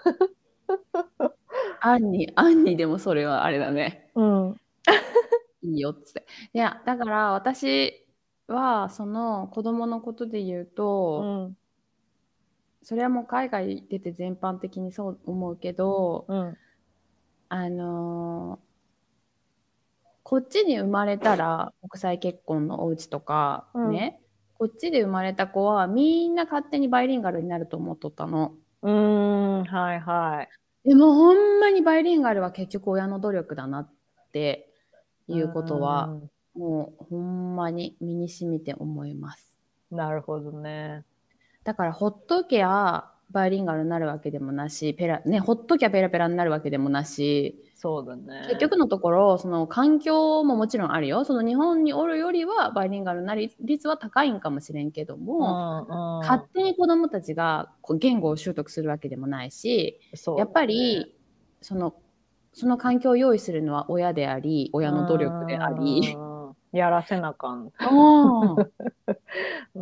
アンにでもそれはあれだね。 うん。 いいよっつって。いや、だから私は、その子供のことで言うと、 うん。 それはもう海外出て全般的にそう思うけど、 うん。 あのーこっちに生まれたら国際結婚のお家とかうん。 ね、こっちで生まれた子はみんな勝手にバイリンガルになると思っとったの。 うーん。はいはい。 でもほんまにバイリンガルは結局親の努力だなってういうことは、 ん。 もうほんまに身に染みて思います。 なるほどね。 だからほっときゃバイリンガルになるわけでもなし、ほっときゃペラペラになるわけでもなし、 そうだ結ね。 局のところ、その環境ももちろんあるよ。その日本におるよりはバイリンガルな率は高いんかもしれんけどうも、 んうん。 勝手に子どもたちがこう言語を習得するわけでもないし、やっぱそうだね。 りその、その環境を用意するのは親であり、 う親の努力であり。 ーん。やらせなあかん。 うん。 うん。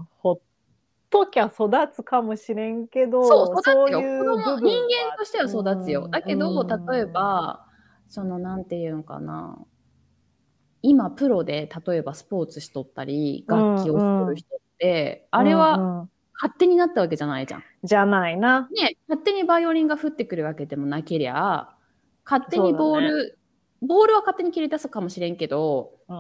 ほっときゃ育つかもしれんけそう、 ど、 育つよ。 そういう部人分は、 間としては育つよ。だけど、例えば、その、なんていうんかな。今、プロで、例えばスポーツしとったり、楽器をしとる人って、あれはうん。 勝手になったわけじゃないじゃん。 じゃないな。 ね、勝手にバイオリンが降ってくるわけでもなけりゃ、勝手にそうだね。 ボールは勝手に切り出すかもしれんけど、 うん。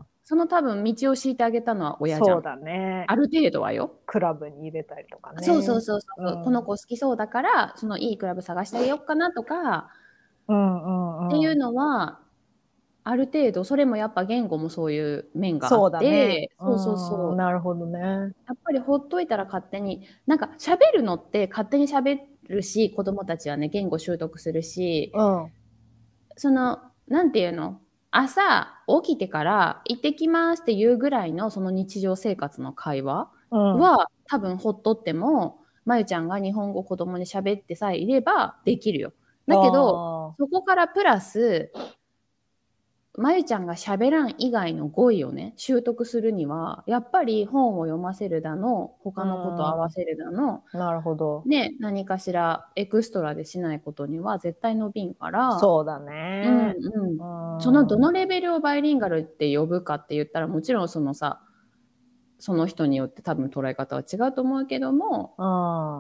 その多分道を敷いてあげたのは親じゃん。 そうだね。 ある程度はよ。 クラブに入れたりとかそうそうね。 そうそうそう、このうん。 子好きそうだから、そのいいクラブ探してあげようかなとか、っていううん。 のは、ある程度、それもやっぱ言語もそういう面があそうっだね。 て、そうそうそう。 なるほどね。 やっぱりほっといたら勝手に、なんか喋るのって勝手に喋るし、子供たちはね、言語習得するし、 うん。 その、なんていうの、朝起きてから行ってきますっていうぐらいのその日常生活の会話うん。 は多分ほっとっても、まゆちゃんが日本語子供に喋ってさえいればできるよ。だけど、 あそこからプラス、まゆちゃんが喋らん以外の語彙をね、習得するには、やっぱり本を読ませるだの、他のことを合わせるだの、 なるほど。 ね、何かしらエクストラでしないことには絶対伸びんから、 そうだうんね。 うん。 うそのどん。 のレベルをバイリンガルって呼ぶかって言ったら、もちろんそのさ、その人によって多分捉え方は違うと思うけども、 うん。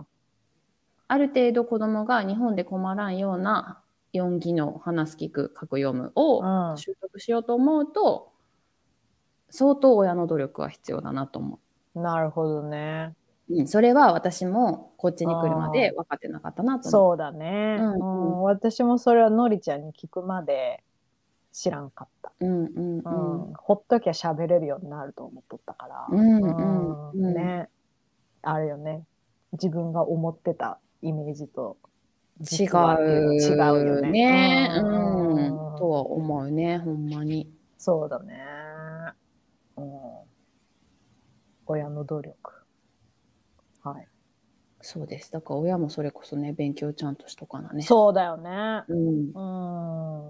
ある程度子供が日本で困らんような4技能、話す、聞く、書く、読むを習得しようと思うと、相当親の努力は必要だなと思なるほどね。 う。うん、それは私もこっちに来るまああ、 で分かってなかったなと思そうだね。 う。うんうん私もそれはのりちゃんに聞くまで知らんかった。 うんうんうん。 ほっときゃ喋れるようになると思っとったかうんら。 うんうん。 ね。あれよね。自分が思ってたイメージと違実はっていうの違うようね。 ね。うん。とは思うね、ほんまに。 そうだね。親の努力。はい。 そうです。だから親もそれこそね、勉強ちゃんとしとかなね。 そうだよね。 うん。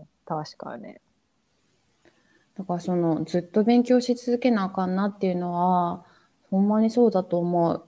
確かに。 だからそのずっと勉強し続けなあかんなっていうのは、ほんまにそうだと思う。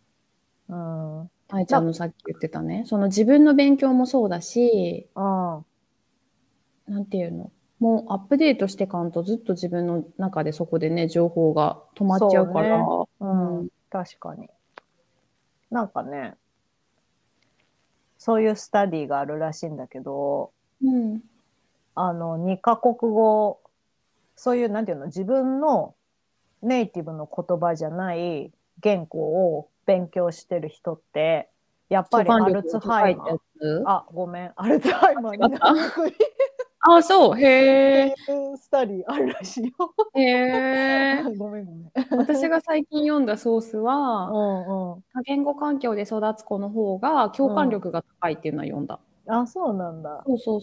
愛ちゃんのさっき言ってたね。その自分の勉強もそうだし、なんていうの、もうアップデートしてかんとずっと自分の中でそこでね、情報が止まっちゃうから。 確かに。なんかね、そういうスタディがあるらしいんだけど、2カ国語、そういう、なんていうの、自分のネイティブの言葉じゃない言語を勉強してる人ってやっぱりアルツハイマー、ごめん、アルツハイマーになりにくいそう、へえ。 スタディあるらしいよ。 へえ。 ごめんごめん。 私が最近読んだソースは、多言語環境で育つ子の方が共感力が高いっていうのは読んだ。 あ、そうなんだ。 そう。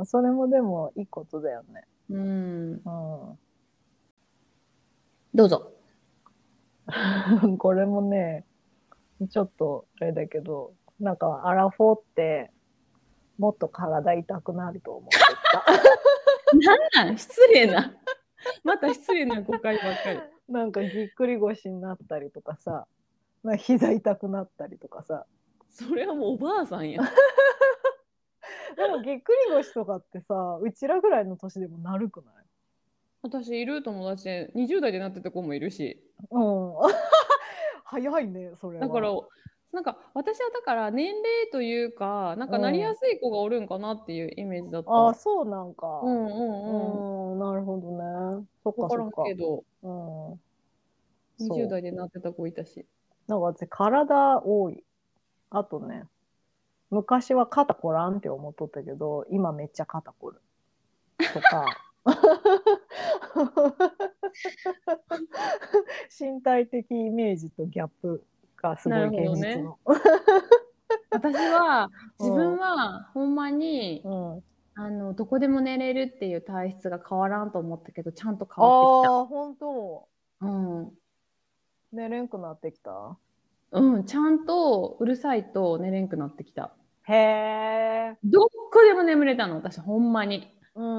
それもでもいいことだよね。 どうぞ。 これもね、ちょっとあれだけど、なんかアラフォーってもっと体痛くなると思ってた。なん失礼な。また失礼な誤解ばっかり。 なんかぎっくり腰になったりとかさ、なんか膝痛くなったりとかさ。 それはもうおばあさんや。 でもぎっくり腰とかってさ、うちらぐらいの年でもなるくない？ 私いる友達で20代でなってた子もいるし。 早いね、それは。 だからなんか私はだから年齢というかなんかなりやすい子がおるんかなっていうイメージだった。 あ、そうなんか。 なるほどね。そっかそっか。 分からんけど、20代でなってた子いたし。 なんか私体多い。あとね、昔は肩こらんって思っとったけど、今めっちゃ肩こる。とか。身体的イメージとギャップがすごい現実の。 私は自分はほんまに、どこでも寝れるっていう体質が変わらんと思ったけどちゃんと変わってきた。 ああ、本当。寝れんくなってきた？ ちゃんとうるさいと寝れんくなってきた。 へえ。 どこでも眠れたの私ほんまに。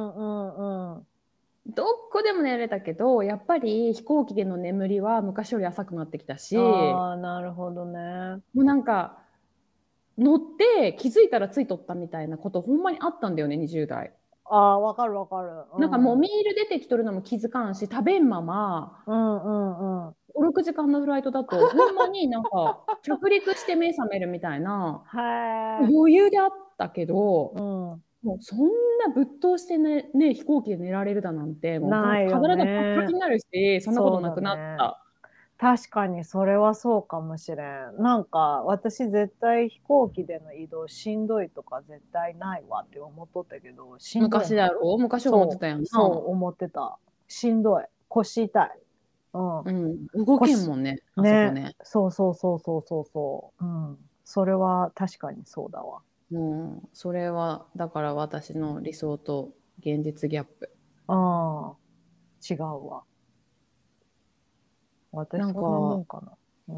どこでも寝れたけどやっぱり飛行機での眠りは昔より浅くなってきたし。 ああ、なるほどね。 もうなんか乗って気づいたらついとったみたいなことほんまにあったんだよね20代。 ああ、わかるわかる。 なんかもうミール出てきとるのも気づかんし食べんまま5、6時間のフライトだとほんまになんか着陸して目覚めるみたいな余裕であったけど、もうそんなぶっ通してね飛行機で寝られるだなんてもう体パッカになるしそんなことなくなった。 確かにそれはそうかもしれん。なんか私絶対飛行機での移動しんどいとか絶対ないわって思っとったけど、しんどい。 昔だろ？昔思ってたやんな。 そう思ってた。しんどい。腰痛い。 動けんもんね。あそこね。 そう。それは確かにそうだわ。 それはだから私の理想と現実ギャップ。 違うわ。私そんなもんかな。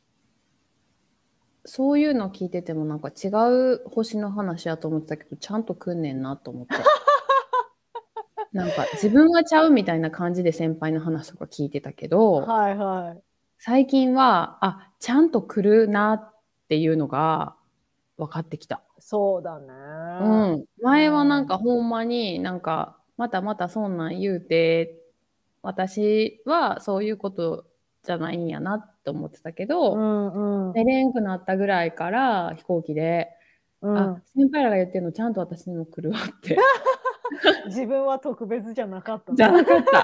そういうの聞いててもなんか違う星の話やと思ってたけどちゃんと来んねんなと思って。なんか自分はちゃうみたいな感じで先輩の話とか聞いてたけど、最近はちゃんと来るなっていうのが分かってきた。 そうだね。 前はなんかほんまになんかまたそんなん言うて私はそういうことじゃないんやなって思ってたけど、寝れんくなったぐらいから飛行機で、先輩らが言ってるのちゃんと私にも来るわって。 自分は特別じゃなかった。 じゃなかった。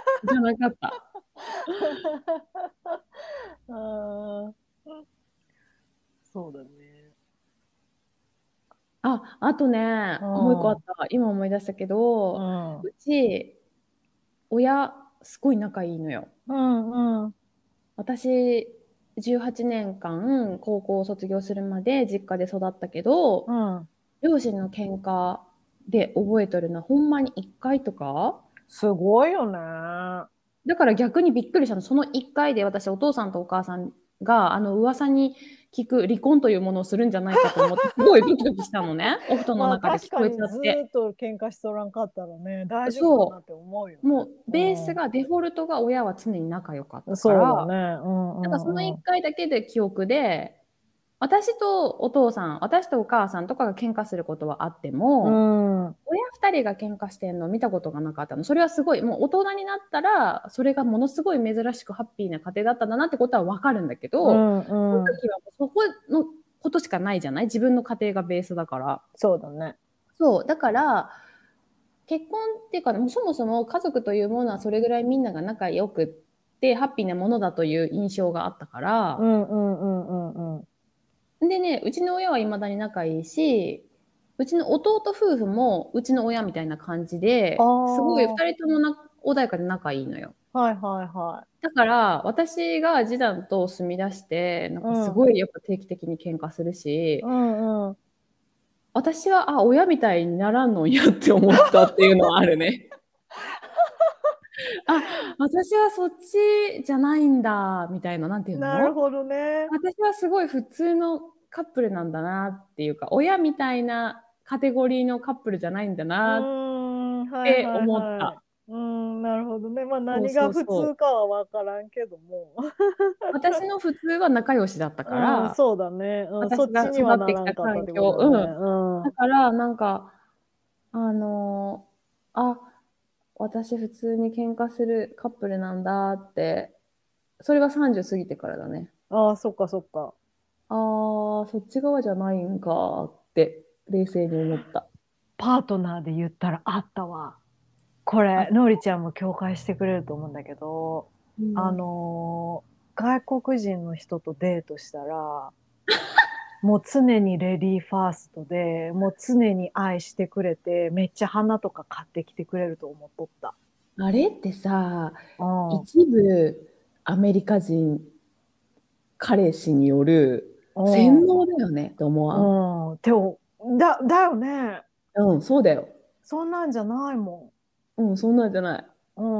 そうだね。 あとね、もう一個あった。今思い出したけど、うち親すごい仲いいのよ。私18年間高校を卒業するまで実家で育ったけど、両親の喧嘩で覚えとるのはほんまに1回とか。 すごいよね。 だから逆にびっくりしたの。その1回で私お父さんとお母さんが噂に聞く離婚というものをするんじゃないかと思ってすごいドキドキしたのね。お布団の中で聞こえちゃって。 ずっと喧嘩しとらんかったらね大丈夫かなって思うよね。 もうベースがデフォルトが親は常に仲良かったから。 そうだね。 なんかその1回だけで記憶で私とお父さん、私とお母さんとかが喧嘩することはあっても、親2人が喧嘩してんのを見たことがなかったの。それはすごい、もう大人になったら、それがものすごい珍しくハッピーな家庭だったんだなってことはわかるんだけど、その時はそこのことしかないじゃない？自分の家庭がベースだから。 そうだね。 そう、だから、結婚っていうか、そもそも家族というものはそれぐらいみんなが仲良くってハッピーなものだという印象があったから、でね、うちの親は未だに仲いいし、うちの弟夫婦もうちの親みたいな感じで、すごい2人とも穏やかで仲いいのよ。 はいはいはい。 だから私が次男と住み出して、なんかすごいやっぱ定期的に喧嘩するし、私は親みたいにならんのんやって思ったっていうのはあるね。私はそっちじゃないんだみたいな、なんていうの？ なるほどね。 私はすごい普通のカップルなんだなっていうか、親みたいなカテゴリーのカップルじゃないんだなって思った。 なるほどね。まあ何が普通かは分からんけども。 私の普通は仲良しだったから、 そうだね。 私が育ってきた環境、だからなんか私普通に喧嘩するカップルなんだって、それは30過ぎてからだね。 そっかそっか。 そっち側じゃないんかって冷静に思った。 パートナーで言ったらあったわ。これのりちゃんも共感してくれると思うんだけど、外国人の人とデートしたらもう常にレディーファーストで、もう常に愛してくれて、めっちゃ花とか買ってきてくれると思っとった。 あれってさ、一部アメリカ人彼氏による洗脳だよねと思わん？ だよね。 そうだよ。 そんなんじゃないもん。そんなんじゃない。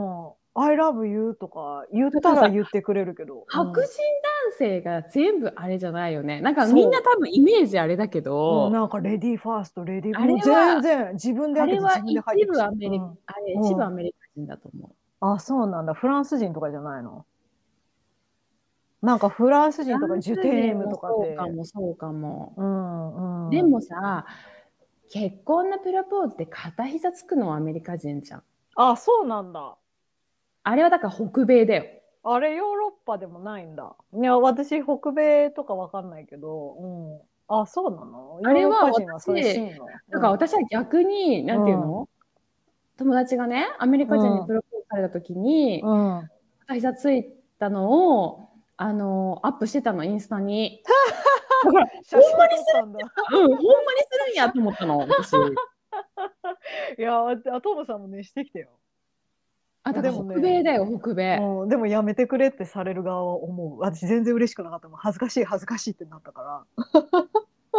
I love you とか言ったら言ってくれるけど。 白人男性が全部あれじゃないよね。なんかみんな多分イメージあれだけど。 なんかレディーファースト、レディー、もう全然自分であれは一部アメリカ人だと思う。そうなんだ。フランス人とかじゃないの？なんかフランス人とかジュテームとかって。 そうかも。でもさ、結婚のプロポーズで片膝つくのはアメリカ人じゃん。 そうなんだ。 あれはだから北米だよ。 あれヨーロッパでもないんだ。いや、私北米とかわかんないけど、そうなの？ あれはだから私は逆に、なんていうの？友達がね、アメリカ人にプロポーズされた時に、片膝ついたのを、アップしてたの、インスタに。だから、ほんまにするんだ。ほんまにするんやと思ったの、私。 いや、トムさんもね、してきてよ。 でも北米だよ、北米。 でもやめてくれってされる側は思う。私全然嬉しくなかったもん。恥ずかしい、恥ずかしいってなったから。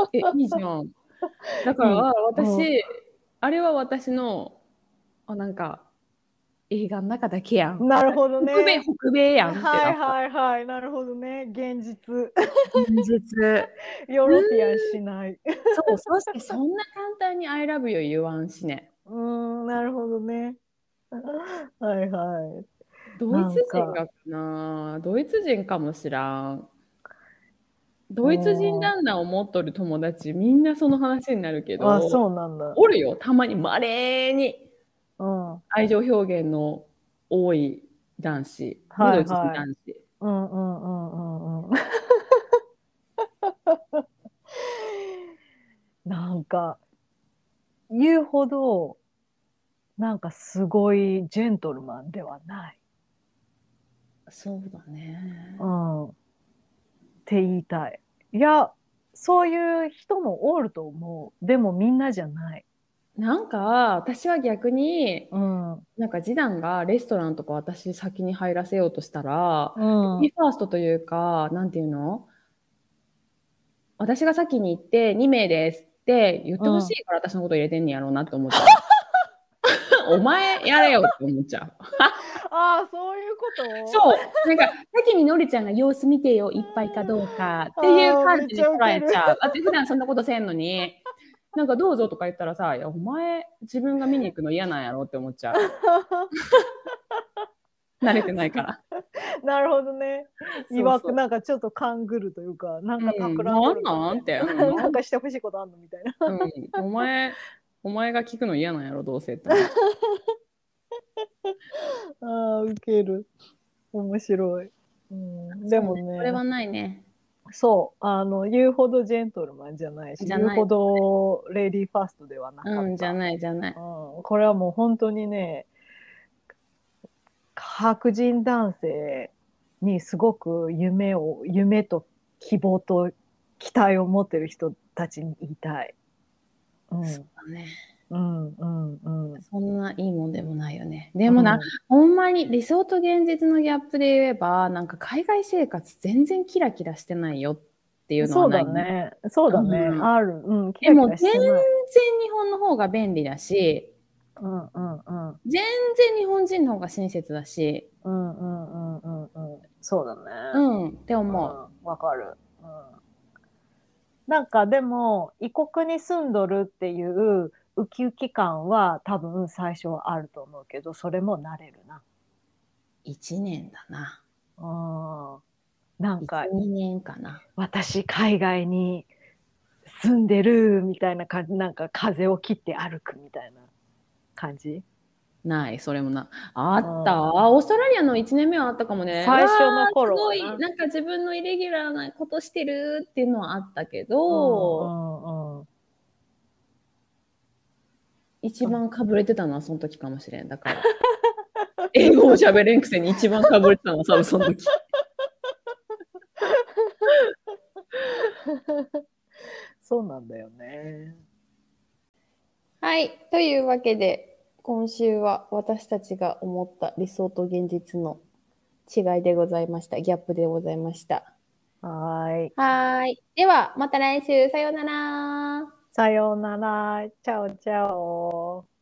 いいじゃん。だから私、あれは私の、なんか、映画の中だけやん。 なるほどね。 北米やんって。 はい、なるほどね。現実。 現実。 ヨーロピアンしない。 そしてそんな簡単に I love you 言わんしね。 なるほどね。はいはい。 ドイツ人がかな？ドイツ人かもしらん。ドイツ人旦那を持っとる友達みんなその話になるけど、 そうなんだ。 おるよ、たまに稀に愛情表現の多い男子、ドイツ人男子。 なんか言うほどなんかすごいジェントルマンではない。 そうだね。 って言いたい。いや、そういう人もおると思う。でもみんなじゃない。 なんか私は逆に、なんか次男がレストランとか私先に入らせようとしたら、レディーファーストというか、なんていうの？私が先に行って2名ですって言ってほしいから私のこと入れてんねやろうなって思っちゃう。お前やれよって思っちゃう。 そういうこと？ そう。なんか先にのりちゃんが様子見てよ、いっぱいかどうかっていう感じで捉えちゃう。だって普段そんなことせんのに。なんかどうぞとか言ったらさ、いやお前自分が見に行くの嫌なんやろって思っちゃう。慣れてないから。 なるほどね。いわくなんかちょっと勘ぐるというか、なんか企んでるなんてなんかしてほしいことあんのみたいな。 お前が聞くの嫌なんやろどうせって。 ウケる。面白い。でもね。 これはないね。 そう、言うほどジェントルマンじゃないし、言うほどレディーファーストではなかった。 じゃない。 これはもう本当にね、 白人男性にすごく夢と希望と期待を持ってる人たちに言いたい。 そうだね。 そんないいもんでもないよね。でもほんまに理想と現実のギャップで言えば、なんか海外生活全然キラキラしてないよっていうのはない。 そうだね。そうだね。ある。キラキラしてない。でも全然日本の方が便利だし、全然日本人の方が親切だし。 そうだね。 って思う。わかる。なんかでも異国に住んどるっていうウキウキ感は多分最初はあると思うけど、それも慣れるな。 1年だな。 なんか 1、2年かな。 私海外に住んでるみたいな感じ、なんか風を切って歩くみたいな感じ。 ない、それもな。あった。オーストラリアの1年目はあったかもね。 最初の頃はすごい、なんか自分のイレギュラーなことしてるっていうのはあったけど、一番かぶれてたのはその時かもしれん。だから。英語を喋れんくせに一番かぶれてたのは多分その時。 そうなんだよね。 はい。というわけで、今週は私たちが思った理想と現実の違いでございました。ギャップでございました。 はい。 では、また来週。さようなら。 さようなら。チャオチャオ。